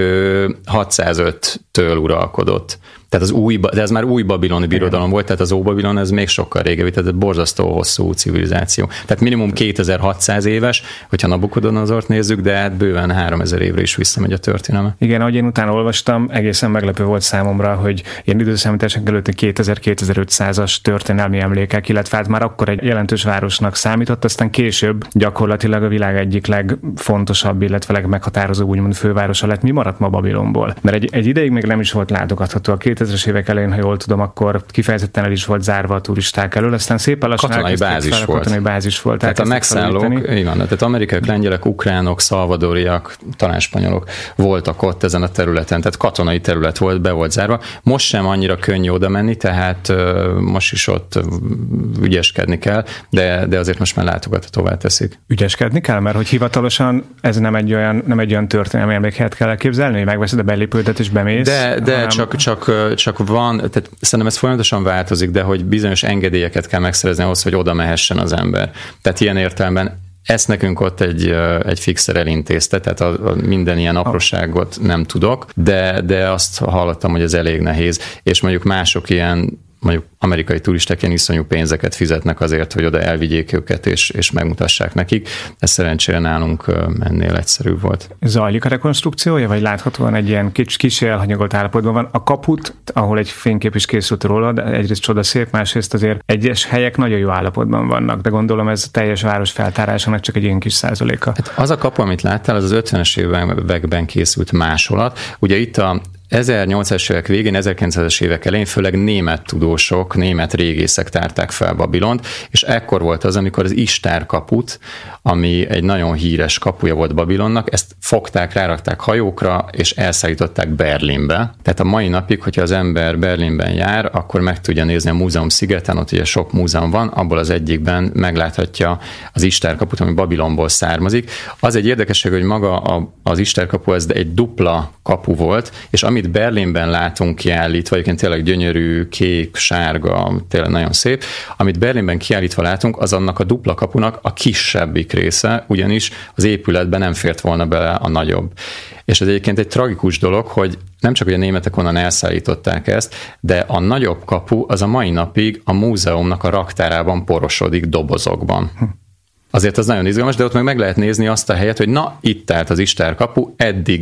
605-től uralkodott. Tehát de ez már új babiloni birodalom volt, tehát az Óbabilon ez még sokkal régebbi, tehát borzasztó hosszú civilizáció. Tehát minimum 2600 éves, hogyha Nabukodonozort nézzük, de hát bőven 3000 évre is visszamegy a történelme. Igen, ahogy én utána olvastam, egészen meglepő volt számomra, hogy ilyen időszámításunk előtti 2000-2500-as történelmi emlékek, illetve hát már akkor egy jelentős városnak számított, aztán később gyakorlatilag a világ egyik legfontosabb, illetve legmeghatározóbb úgymond fővárosa lett. Mi maradt ma Babilonból? Mert egy ideig még nem is volt látogatható. A 2000-es évek elején, ha jól tudom, akkor kifejezetten el is volt zárva a turisták elől, aztán szépen lassan katonai bázis volt. Tehát a megszállók, tehát amerikaiak, lengyelek, ukránok, szalvadoriak, talán spanyolok voltak ott ezen a területen, tehát katonai terület volt, be volt zárva. Most sem annyira könnyű oda menni, tehát most is ott ügyeskedni kell, de azért most már látogathatóvá teszik. Ügyeskedni kell, mert hogy hivatalosan ez nem egy olyan történelmi emlékhelyet kell elképzelni, hogy megveszed a belépődet és bemész. De csak van, tehát szerintem ez folyamatosan változik, de hogy bizonyos engedélyeket kell megszerezni ahhoz, hogy oda mehessen az ember. Tehát ilyen értelemben ezt nekünk ott egy fixer elintézte, tehát minden ilyen apróságot nem tudok, de azt hallottam, hogy ez elég nehéz, és mondjuk mások ilyen, mondjuk amerikai turisták ilyen iszonyú pénzeket fizetnek azért, hogy oda elvigyék őket, és megmutassák nekik. Ez szerencsére nálunk ennél egyszerűbb volt. Zajlik a rekonstrukciója, vagy láthatóan egy ilyen kis elhanyagolt állapotban van? A kaput, ahol egy fénykép is készült róla, de egyrészt csodaszép, másrészt azért egyes helyek nagyon jó állapotban vannak, de gondolom ez a teljes város feltárásának csak egy ilyen kis százaléka. Hát az a kapu, amit láttál, az 50-es években készült másolat. Ugye itt a 1800-es évek végén, 1900-es évek elején főleg német tudósok, német régészek tárták fel Babilont, és ekkor volt az, amikor az Istár kaput, ami egy nagyon híres kapuja volt Babilonnak, ezt fogták, rárakták hajókra, és elszállították Berlinbe. Tehát a mai napig, hogyha az ember Berlinben jár, akkor meg tudja nézni a múzeum szigeten, ott ugye sok múzeum van, abból az egyikben megláthatja az Istár kaput, ami Babilonból származik. Az egy érdekesség, hogy maga az Istár kapu, ez egy dupla kapu volt, és amit Berlinben látunk kiállítva, egyébként tényleg gyönyörű, kék, sárga, tényleg nagyon szép. Amit Berlinben kiállítva látunk, az annak a dupla kapunak a kisebbik része, ugyanis az épületben nem fért volna bele a nagyobb. És ez egyébként egy tragikus dolog, hogy nem csak, hogy a németek onnan elszállították ezt, de a nagyobb kapu az a mai napig a múzeumnak a raktárában porosodik dobozokban. Azért az nagyon izgalmas, de ott meg lehet nézni azt a helyet, hogy na, itt állt az Istár kapu,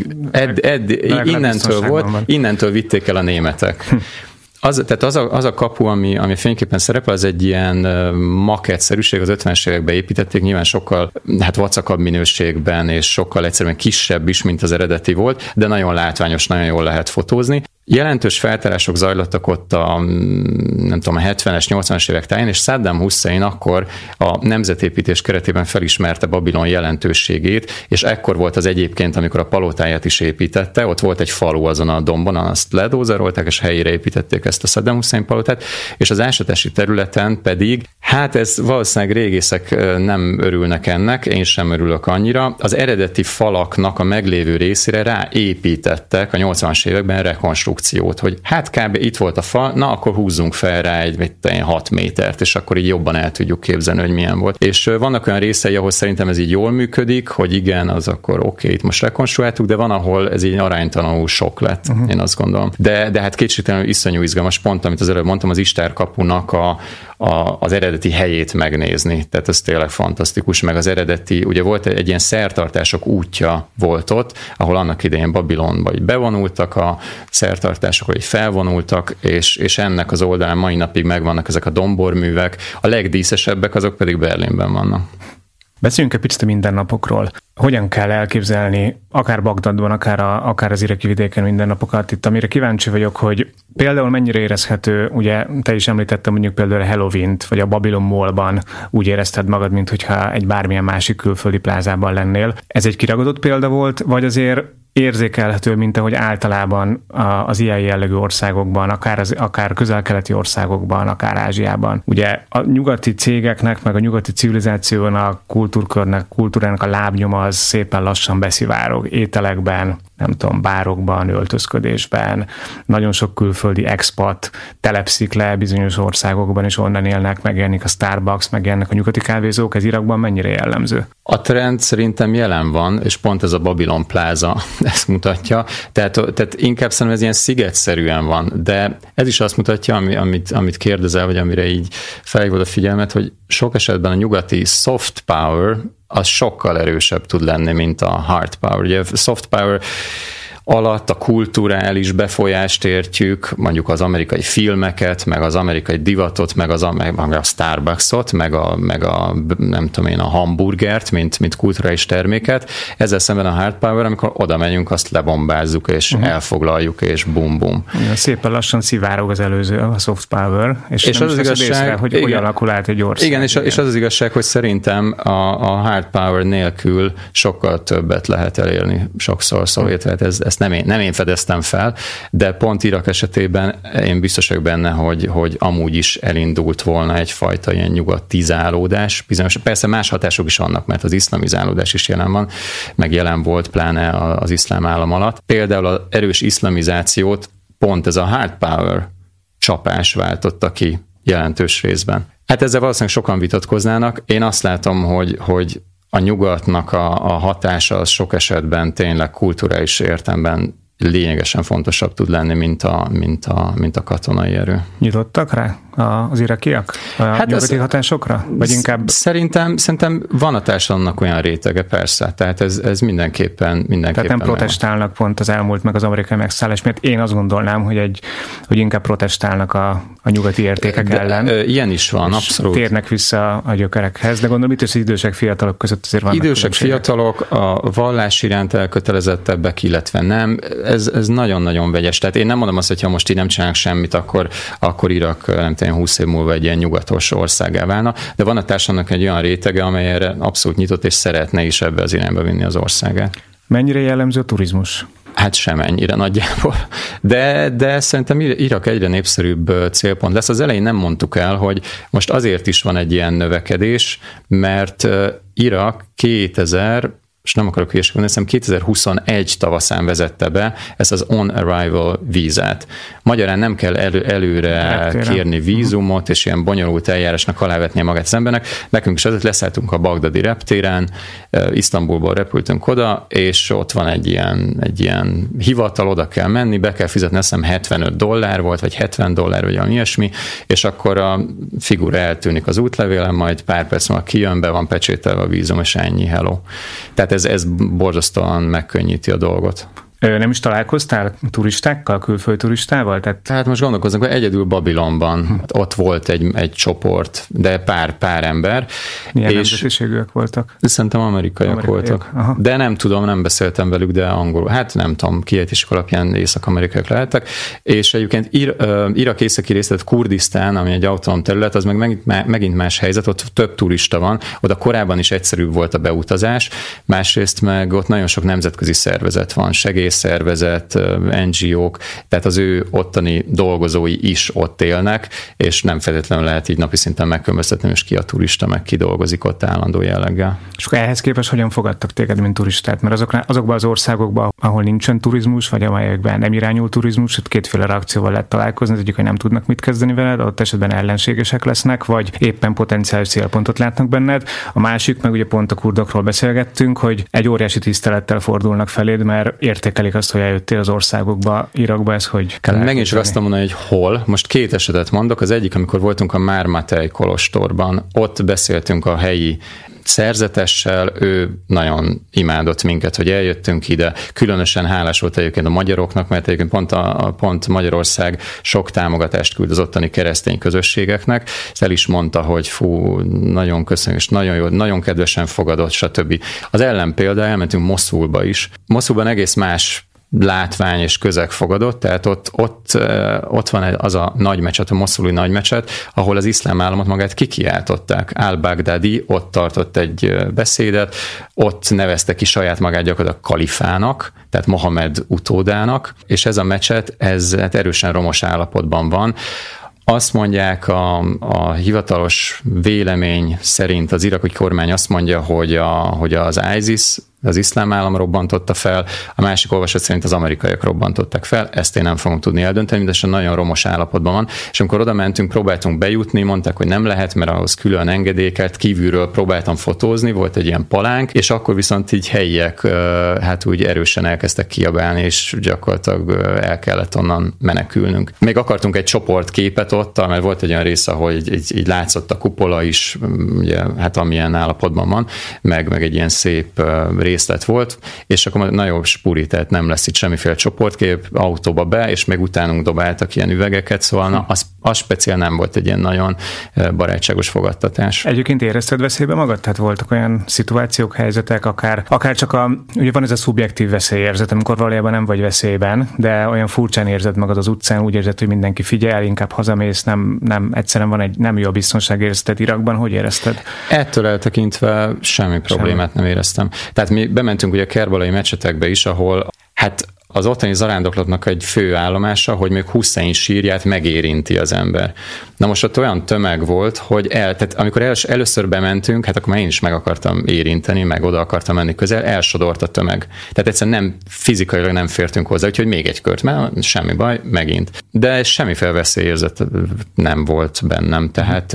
innentől vitték el a németek. Tehát az a kapu, ami fényképpen szerepel, az egy ilyen makettszerűség, az 50-es években építették, nyilván sokkal vacakabb minőségben, és sokkal egyszerűen kisebb is, mint az eredeti volt, de nagyon látványos, nagyon jól lehet fotózni. Jelentős feltárások zajlottak ott a 70-es, 80-as évek táján, és Saddam Hussein akkor a nemzetépítés keretében felismerte Babilon jelentőségét, és ekkor volt az egyébként, amikor a palotáját is építette, ott volt egy falu azon a dombon, azt ledózerolták, és helyére építették ezt a Saddam Hussein palotát, és az ásatási területen pedig, ez valószínűleg régészek nem örülnek ennek, én sem örülök annyira, az eredeti falaknak a meglévő részére ráépítettek a 80-as években rekonstrukciót, hogy kb. Itt volt a fal, na akkor húzzunk fel rá egy 6 métert, és akkor így jobban el tudjuk képzelni, hogy milyen volt. És vannak olyan részei, ahol szerintem ez így jól működik, hogy igen, az akkor oké, itt most rekonstruáltuk, de van, ahol ez így aránytalanul sok lett, én azt gondolom. De hát kétségtelenül iszonyú izgalmas pont, amit az előbb mondtam, az Istár kapunak az eredeti helyét megnézni. Tehát ez tényleg fantasztikus, meg az eredeti, ugye volt egy ilyen szertartások útja volt ott, ahol annak idején Babilonba bevonultak a szertartások, vagy felvonultak, és ennek az oldalán mai napig megvannak ezek a domborművek, a legdíszesebbek azok pedig Berlinben vannak. Beszéljünk egy picit a mindennapokról. Hogyan kell elképzelni, akár Bagdadban, akár az iraki vidéken mindennapokat? Itt amire kíváncsi vagyok, hogy például mennyire érezhető, ugye te is említettem mondjuk például a Halloween-t, vagy a Babylon Mall-ban úgy érezted magad, mintha egy bármilyen másik külföldi plázában lennél. Ez egy kiragadott példa volt, vagy azért érzékelhető, mint ahogy általában az ilyen jellegű országokban, akár közel-keleti országokban, akár Ázsiában. Ugye a nyugati cégeknek, meg a nyugati civilizációnak, kultúrának a lábnyoma az szépen lassan beszivárog ételekben, nem tudom, bárokban, öltözködésben. Nagyon sok külföldi expat telepszik le bizonyos országokban, és onnan élnek, megjelenik a Starbucks, megjelennek a nyugati kávézók. Ez Irakban mennyire jellemző? A trend szerintem jelen van, és pont ez a Babylon Plaza ezt mutatja. Tehát inkább szerintem ez ilyen szigetszerűen van, de ez is azt mutatja, amit kérdezel, vagy amire így felhívod a figyelmet, hogy sok esetben a nyugati soft power az sokkal erősebb tud lenni, mint a hard power. Ugye a soft power alatt a kulturális befolyást értjük, mondjuk az amerikai filmeket, meg az amerikai divatot, meg a Starbucksot, meg a nem tudom én, a hamburgert, mint kulturális terméket. Ezzel szemben a hard power, amikor oda megyünk, azt lebombázzuk, és elfoglaljuk, és bum-bum. Ja, szépen lassan szivárog az előző, a soft power, és nem az igazság, észre, hogy alakul át egy ország. Igen, és az igazság, hogy szerintem a hard power nélkül sokkal többet lehet elérni sokszor, szóval tehát ezt nem én fedeztem fel, de pont Irak esetében én biztos vagyok benne, hogy amúgy is elindult volna egyfajta ilyen nyugatizálódás. Bizonyos, persze más hatások is vannak, mert az iszlamizálódás is jelen van, meg jelen volt pláne az iszlám állam alatt. Például az erős iszlamizációt pont ez a hard power csapás váltotta ki jelentős részben. Hát ezzel valószínűleg sokan vitatkoznának. Én azt látom, hogy a nyugatnak a hatása az sok esetben tényleg kulturális értelemben lényegesen fontosabb tud lenni, mint a katonai erő. Nyitottak rá az irakiak a nyugati hatásokra? Vagy inkább... Szerintem van a társadalomnak olyan rétege, persze. Tehát ez mindenképpen Tehát nem protestálnak pont az elmúlt meg az amerikai megszállás miatt. Én azt gondolnám, hogy inkább protestálnak a nyugati értékek ellen. Ilyen is van, abszolút. Térnek vissza a gyökerekhez, de gondolom itt az idősek, fiatalok között azért vannak idősek, fiatalok, a vallás iránt elkötelezettebbek, illetve nem. Ez nagyon-nagyon vegyes. Tehát én nem mondom azt, hogy ha most így nem csinálnak semmit, akkor Irak nem tudom, 20 év múlva egy ilyen nyugatos országgá válna, de van a társadalomnak egy olyan rétege, amely erre abszolút nyitott, és szeretne is ebbe az irányba vinni az országát. Mennyire jellemző a turizmus? Hát semennyire nagyjából. De szerintem Irak egyre népszerűbb célpont lesz. Az elején nem mondtuk el, hogy most azért is van egy ilyen növekedés, mert Irak 2000 2021 tavaszán vezette be ezt az on-arrival vízát. Magyarán nem kell előre kérni vízumot, és ilyen bonyolult eljárásnak alávetnie magát az embernek. Nekünk is azért leszálltunk a bagdadi reptéren, Isztambulból repültünk oda, és ott van egy ilyen hivatal, oda kell menni, be kell fizetni, azt hiszem $75 volt, vagy $70, vagy valami ilyesmi, és akkor a figura eltűnik az útlevélen, majd pár perc múlva kijön, be van pecsételve a vízum, és ennyi, hello. Tehát ez borzasztóan megkönnyíti a dolgot. Nem is találkoztál turistákkal, külföldi turistával? Tehát most gondolkoznak, hogy egyedül Babilonban ott volt egy csoport, de pár ember. Milyen nemzetiségűek voltak? Szerintem amerikaiak voltak. Aha. De nem tudom, nem beszéltem velük, de angolul. Hát nem tudom, kiejtésük alapján észak-amerikaiak lehettek. És egyébként Irak északi része, tehát Kurdisztán, ami egy autonóm terület, az megint más helyzet, ott több turista van. Oda korábban is egyszerűbb volt a beutazás, másrészt meg ott nagyon sok nemzetközi szervezet van, szervezet, NGO-k, tehát az ő ottani dolgozói is ott élnek, és nem feltétlenül lehet így napi szinten megkülönböztetni, és ki a turista, meg ki dolgozik ott állandó jelleggel. És akkor ehhez képest hogyan fogadtak téged, mint turistát? Mert azokban az országokban, ahol nincsen turizmus, vagy amelyekben nem irányul turizmus, ott kétféle reakcióval lehet találkozni, az egyik, hogy nem tudnak mit kezdeni veled, ott esetben ellenségesek lesznek, vagy éppen potenciális célpontot látnak benned. A másik, meg ugye pont a kurdokról beszélgettünk, hogy egy óriási tisztelettel fordulnak feléd, mert értékelik azt, hogy eljöttél az országokba, Irakba, ez hogy kell elkezdeni? Megint csak azt mondani, hogy hol. Most két esetet mondok. Az egyik, amikor voltunk a Már Matej kolostorban, ott beszéltünk a helyi szerzetessel, ő nagyon imádott minket, hogy eljöttünk ide, különösen hálás volt egyébként a magyaroknak, mert egyébként pont Magyarország sok támogatást küld az ottani keresztény közösségeknek, ezt el is mondta, hogy fú, nagyon köszönjük, és nagyon jó, nagyon kedvesen fogadott, stb. Az ellenpélda, elmentünk Moszulba is. Moszulban egész más látvány és közeg fogadott, tehát ott van az a nagy mecset, a moszuli nagy mecset, ahol az iszlám államot magát kikiáltották. Al-Baghdadi ott tartott egy beszédet, ott nevezte ki saját magát gyakorlatilag kalifának, tehát Mohamed utódának, és ez a mecset, ez hát erősen romos állapotban van. Azt mondják, a hivatalos vélemény szerint az iraki kormány azt mondja, hogy az ISIS, az iszlám állam robbantotta fel, a másik olvasat szerint az amerikaiak robbantották fel, ezt én nem fogom tudni eldönteni, mindesen nagyon romos állapotban van, és amikor oda mentünk, próbáltunk bejutni, mondták, hogy nem lehet, mert ahhoz külön engedélyeket, kívülről próbáltam fotózni, volt egy ilyen palánk, és akkor viszont így helyiek hát úgy erősen elkezdtek kiabálni, és gyakorlatilag el kellett onnan menekülnünk. Még akartunk egy csoportképet ott, mert volt egy olyan része, ahol így látszott a kupola is, ugye, hát amilyen állapotban van, meg egy ilyen szép részlet volt, és akkor nagyobb spuri, tehát nem lesz itt semmiféle csoportkép, autóba be, és meg utánunk dobáltak ilyen üvegeket, szóval az speciál nem volt egy ilyen nagyon barátságos fogadtatás. Egyébként érezted veszélybe magad? Tehát voltak olyan szituációk, helyzetek, akár csak ugye van ez a szubjektív veszélyérzet, amikor valójában nem vagy veszélyben, de olyan furcsán érzed magad az utcán, úgy érzed, hogy mindenki figyel, inkább hazamész, nem egyszerűen van egy nem jó a biztonságérzeted Irakban, hogy érezted? Ettől eltekintve semmi problémát nem éreztem. Tehát mi bementünk ugye a kerbalai mecsetekbe is, ahol hát az ottani zarándoklatnak egy fő állomása, hogy még Hussein sírját megérinti az ember. Na most ott olyan tömeg volt, hogy tehát amikor először bementünk, hát akkor már én is meg akartam érinteni, meg oda akartam menni közel, elsodort a tömeg. Tehát egyszerűen nem, fizikailag nem fértünk hozzá, úgyhogy még egy kört, mert semmi baj, megint. De semmiféle veszélyérzet nem volt bennem, tehát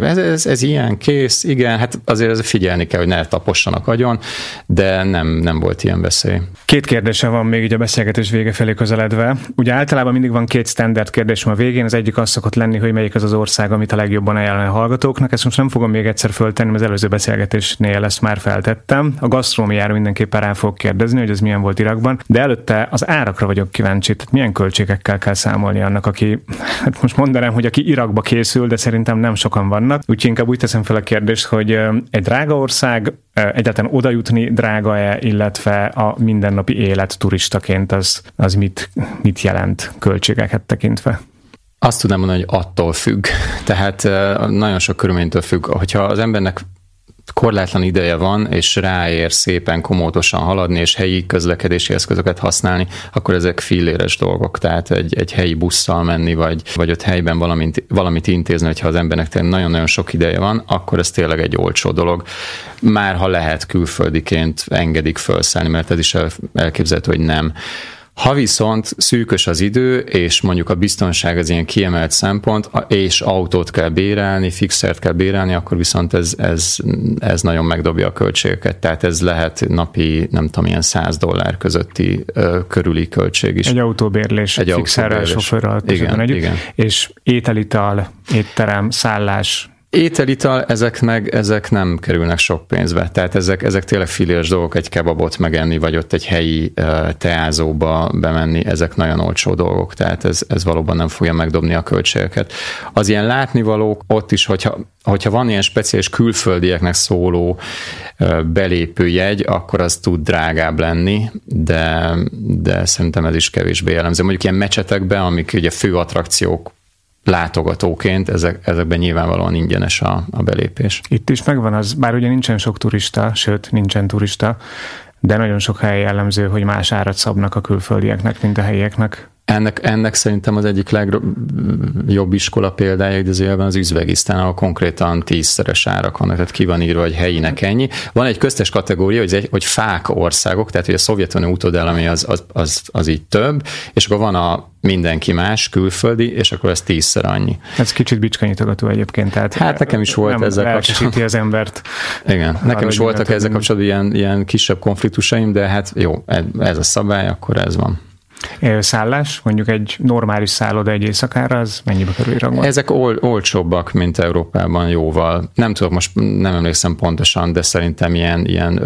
ez ilyen, kész, igen, hát azért figyelni kell, hogy ne tapossanak agyon, de nem volt ilyen veszély. Két kérdése van még így a beszélgetés vége felé közeledve. Ugye általában mindig van két standard kérdésem a végén, az egyik az szokott lenni, hogy melyik az ország, amit a legjobban ajánlani a hallgatóknak. Ezt most nem fogom még egyszer föltenni, mert az előző beszélgetésnél ezt már feltettem. A gasztronómiára mindenképpen rá fogok kérdezni, hogy ez milyen volt Irakban, de előtte az árakra vagyok kíváncsi. Tehát milyen költségekkel kell számolni annak, aki, hát most mondanám, hogy aki Irakba készül, de szerintem nem sokan vannak. Úgyhogy inkább úgy teszem fel a kérdést, hogy egy drága ország, egyáltalán oda jutni drága-e, illetve a mindennapi élet turistaként az mit jelent költségeket tekintve? Azt tudnám mondani, hogy attól függ. Tehát nagyon sok körülménytől függ. Hogyha az embernek korlátlan ideje van, és ráér szépen komótosan haladni, és helyi közlekedési eszközöket használni, akkor ezek filléres dolgok. Tehát egy helyi busszal menni, vagy ott helyben valamit intézni, hogyha az embernek tényleg nagyon-nagyon sok ideje van, akkor ez tényleg egy olcsó dolog. Már ha lehet külföldiként engedik felszállni, mert ez is elképzelhető, hogy nem. Ha viszont szűkös az idő, és mondjuk a biztonság az ilyen kiemelt szempont, és autót kell bérelni, fixert kell bérelni, akkor viszont ez nagyon megdobja a költségeket. Tehát ez lehet napi, nem tudom, ilyen $100 közötti körüli költség is. Egy autóbérlés, fixerrel, sofőrrel közöttben együtt. Igen. És ételital, étterem, szállás. Ételital, ezek nem kerülnek sok pénzbe, tehát ezek tényleg filléres dolgok, egy kebabot megenni, vagy ott egy helyi teázóba bemenni, ezek nagyon olcsó dolgok, tehát ez valóban nem fogja megdobni a költségeket. Az ilyen látnivalók ott is, hogyha van ilyen speciális külföldieknek szóló belépőjegy, akkor az tud drágább lenni, de szerintem ez is kevésbé jellemző. Mondjuk ilyen mecsetekben, amik ugye fő attrakciók látogatóként, ezekben nyilvánvalóan ingyenes a belépés. Itt is megvan az, bár ugye nincsen sok turista, sőt, nincsen turista, de nagyon sok hely jellemző, hogy más árat szabnak a külföldieknek, mint a helyieknek. Ennek szerintem az egyik legjobb iskola példája idézőjelben az Üzbegisztán, ahol konkrétan 10-szeres árak vannak, tehát ki van írva, hogy helyinek ennyi. Van egy köztes kategória, hogy fák országok, tehát hogy a Szovjetunió utódállamai az így több, és akkor van a mindenki más, külföldi, és akkor ez 10-szer annyi. Ez kicsit bicskanyitogató egyébként. Tehát hát nekem is volt ezzel kapcsolatban. Az embert. Igen, nekem is voltak ezzel kapcsolatban ilyen kisebb konfliktusaim, de hát jó, ez a szabály, akkor ez van. Szállás, mondjuk egy normális szálloda egy éjszakára, az mennyibe kerül Irakban? Ezek olcsóbbak, mint Európában jóval. Nem tudok, most nem emlékszem pontosan, de szerintem ilyen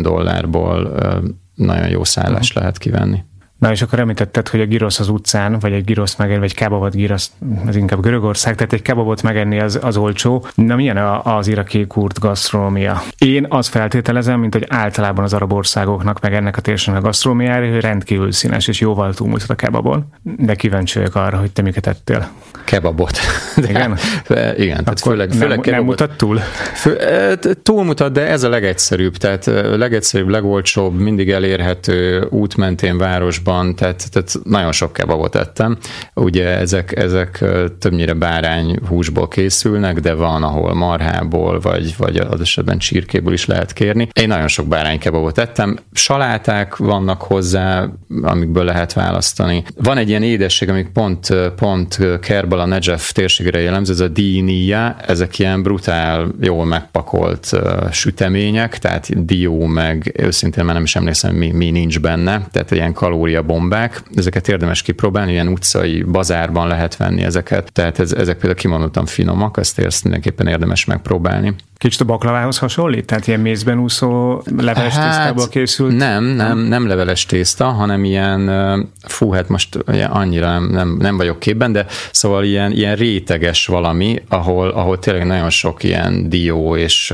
$50 nagyon jó szállást lehet kivenni. Na és akkor említetted, hogy a gyrosz az utcán, vagy egy gyrosz megenni, vagy kebabot gyrosz, ez inkább Görögország, tehát egy kebabot megenni az olcsó. Na milyen az iraki kurd gasztronómia? Én azt feltételezem, mint hogy általában az arab országoknak, meg ennek a térségnek a gasztronómiája, hogy rendkívül színes és jóval túlmutat a kebabon. De kíváncsi vagyok arra, hogy te miket ettél. Kebabot. Igen? Igen. Tehát főleg kebabot. Nem mutat túl? Túlmutat, de ez a legegyszerűbb. Tehát legegyszerűbb, legolcsóbb, mindig elérhető, útmentén, városban, tehát nagyon sok kebabot ettem. Ugye ezek többnyire bárányhúsból készülnek, de van, ahol marhából, vagy az esetben csirkéből is lehet kérni. Én nagyon sok báránykebabot ettem. Saláták vannak hozzá, amikből lehet választani. Van egy ilyen édesség, amik pont Kerbala, Nejef térségére jellemző, ez a dínia, ezek ilyen brutál, jól megpakolt sütemények, tehát dió, meg őszintén már nem is emlékszem, mi nincs benne, tehát ilyen kalóriabombák. Ezeket érdemes kipróbálni, ilyen utcai bazárban lehet venni ezeket, tehát ezek például kimondottan finomak, ezt mindenképpen érdemes megpróbálni. Kicsit a baklavához hasonlít? Tehát ilyen mézben úszó leveles tésztából készült? Nem leveles tészta, hanem ilyen, hát most annyira nem vagyok képben, de szóval ilyen réteges valami, ahol tényleg nagyon sok ilyen dió és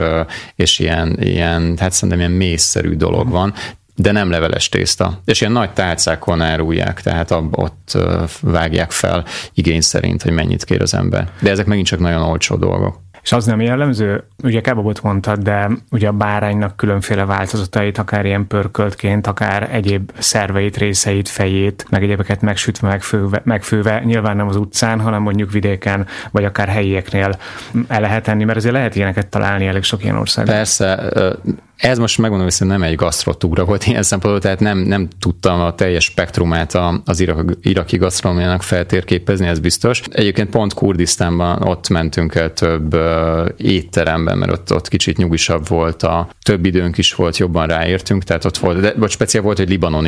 ilyen, hát szerintem ilyen mészszerű dolog van, de nem leveles tészta. És ilyen nagy tálcákon árulják, tehát ott vágják fel igény szerint, hogy mennyit kér az ember. De ezek megint csak nagyon olcsó dolgok. És az nem jellemző, ugye kebabot mondtad, de ugye a báránynak különféle változatait, akár ilyen pörköltként, akár egyéb szerveit, részeit, fejét, meg egyébeket megsütve, megfőve, nyilván nem az utcán, hanem mondjuk vidéken, vagy akár helyieknél el lehet enni, mert azért lehet ilyeneket találni elég sok ilyen országban. Persze, ez most megmondom, hogy nem egy gasztrotúra volt ilyen szempontból, tehát nem tudtam a teljes spektrumát az iraki gasztronómiának feltérképezni, ez biztos. Egyébként pont Kurdisztánban ott mentünk el több étteremben, mert ott kicsit nyugisabb volt, több időnk is volt, jobban ráértünk, tehát ott volt, de speciál volt, hogy libanoni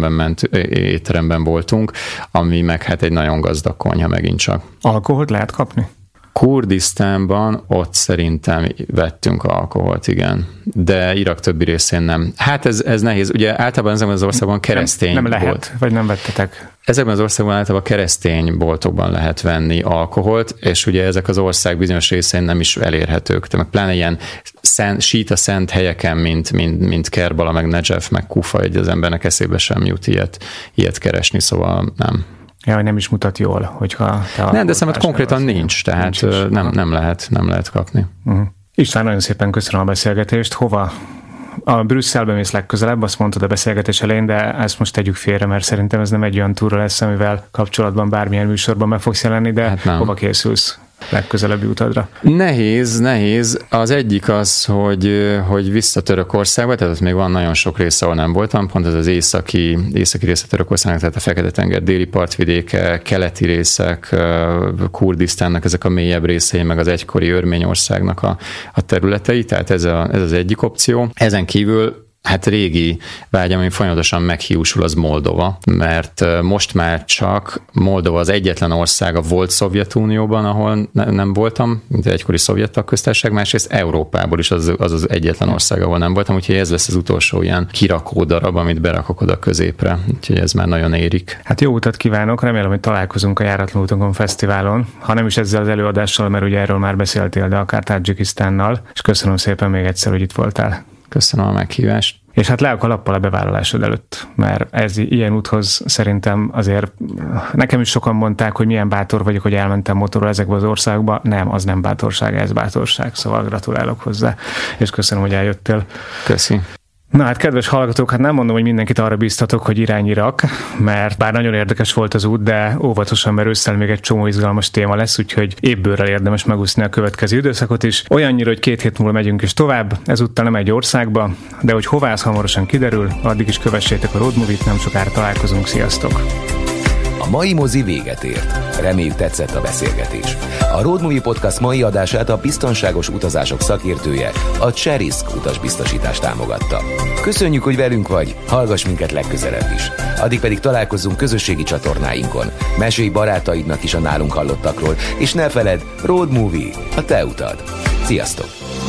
étteremben voltunk, ami meg hát egy nagyon gazdag konyha megint csak. Alkoholt lehet kapni? Kurdisztánban ott szerintem vettünk alkoholt, igen, de Irak többi részén nem. Hát ez nehéz. Ugye általában ezekben az országban keresztény nem lehet, volt. Vagy nem vettetek? Ezekben az országban általában keresztény boltokban lehet venni alkoholt, és ugye ezek az ország bizonyos részén nem is elérhetők. Tehát pláne ilyen síta szent helyeken, mint Kerbala, meg Nejef, meg Kufa, hogy az embernek eszébe sem jut ilyet keresni, szóval nem. Ja, hogy nem is mutat jól, hogyha... Nem, de szemet konkrétan nincs, tehát nem lehet kapni. István, nagyon szépen köszönöm a beszélgetést. Hova? A Brüsszelben mész legközelebb, azt mondtad a beszélgetés elején, de ezt most tegyük félre, mert szerintem ez nem egy olyan túra lesz, amivel kapcsolatban bármilyen műsorban meg fogsz jelenni, de hát hova készülsz legközelebbi utadra? Nehéz. Az egyik az, hogy vissza Törökországba, tehát ott még van nagyon sok része, ahol nem voltam, pont ez az északi része Törökországnak, tehát a Fekete-tenger déli partvidéke, keleti részek, Kurdisztánnak ezek a mélyebb részei, meg az egykori Örményországnak a területei, tehát ez az egyik opció. Ezen kívül hát régi vágyam, ami folyamatosan meghiúsul, az Moldova, mert most már csak Moldova az egyetlen ország a volt Szovjetunióban, ahol nem voltam, mint egy egykori szovjet tagköztársaság, másrészt Európából is az egyetlen ország, ahol nem voltam, úgyhogy ez lesz az utolsó ilyen kirakó darab, amit berakok oda középre, úgyhogy ez már nagyon érik. Hát jó utat kívánok, remélem, hogy találkozunk a Járatlan Utakon Fesztiválon, ha nem is ezzel az előadással, mert ugye erről már beszéltél, de akár Tadzsikisztánnal, és köszönöm szépen még egyszer, hogy itt voltál. Köszönöm a meghívást. És hát le a kalappal a bevállalásod előtt, mert ez ilyen úthoz szerintem azért nekem is sokan mondták, hogy milyen bátor vagyok, hogy elmentem motorról ezekbe az országokba. Nem, az nem bátorság, ez bátorság, szóval gratulálok hozzá, és köszönöm, hogy eljöttél. Köszi. Na hát, kedves hallgatók, hát nem mondom, hogy mindenkit arra bíztatok, hogy irány Irak, mert bár nagyon érdekes volt az út, de óvatosan, mert ősszel még egy csomó izgalmas téma lesz, úgyhogy ébbőrrel érdemes megúszni a következő időszakot is. Olyannyira, hogy 2 hét múlva megyünk is tovább, ezúttal nem egy országba, de hogy hová, az hamarosan kiderül, addig is kövessétek a Road Movie-t, nem sokára találkozunk, sziasztok! A mai mozi véget ért. Reméljük tetszett a beszélgetés. A Road Movie Podcast mai adását a biztonságos utazások szakértője, a Cserisk utasbiztosítás támogatta. Köszönjük, hogy velünk vagy, hallgass minket legközelebb is. Addig pedig találkozzunk közösségi csatornáinkon. Mesélj barátaidnak is a nálunk hallottakról, és ne feledd, Road Movie, a te utad. Sziasztok!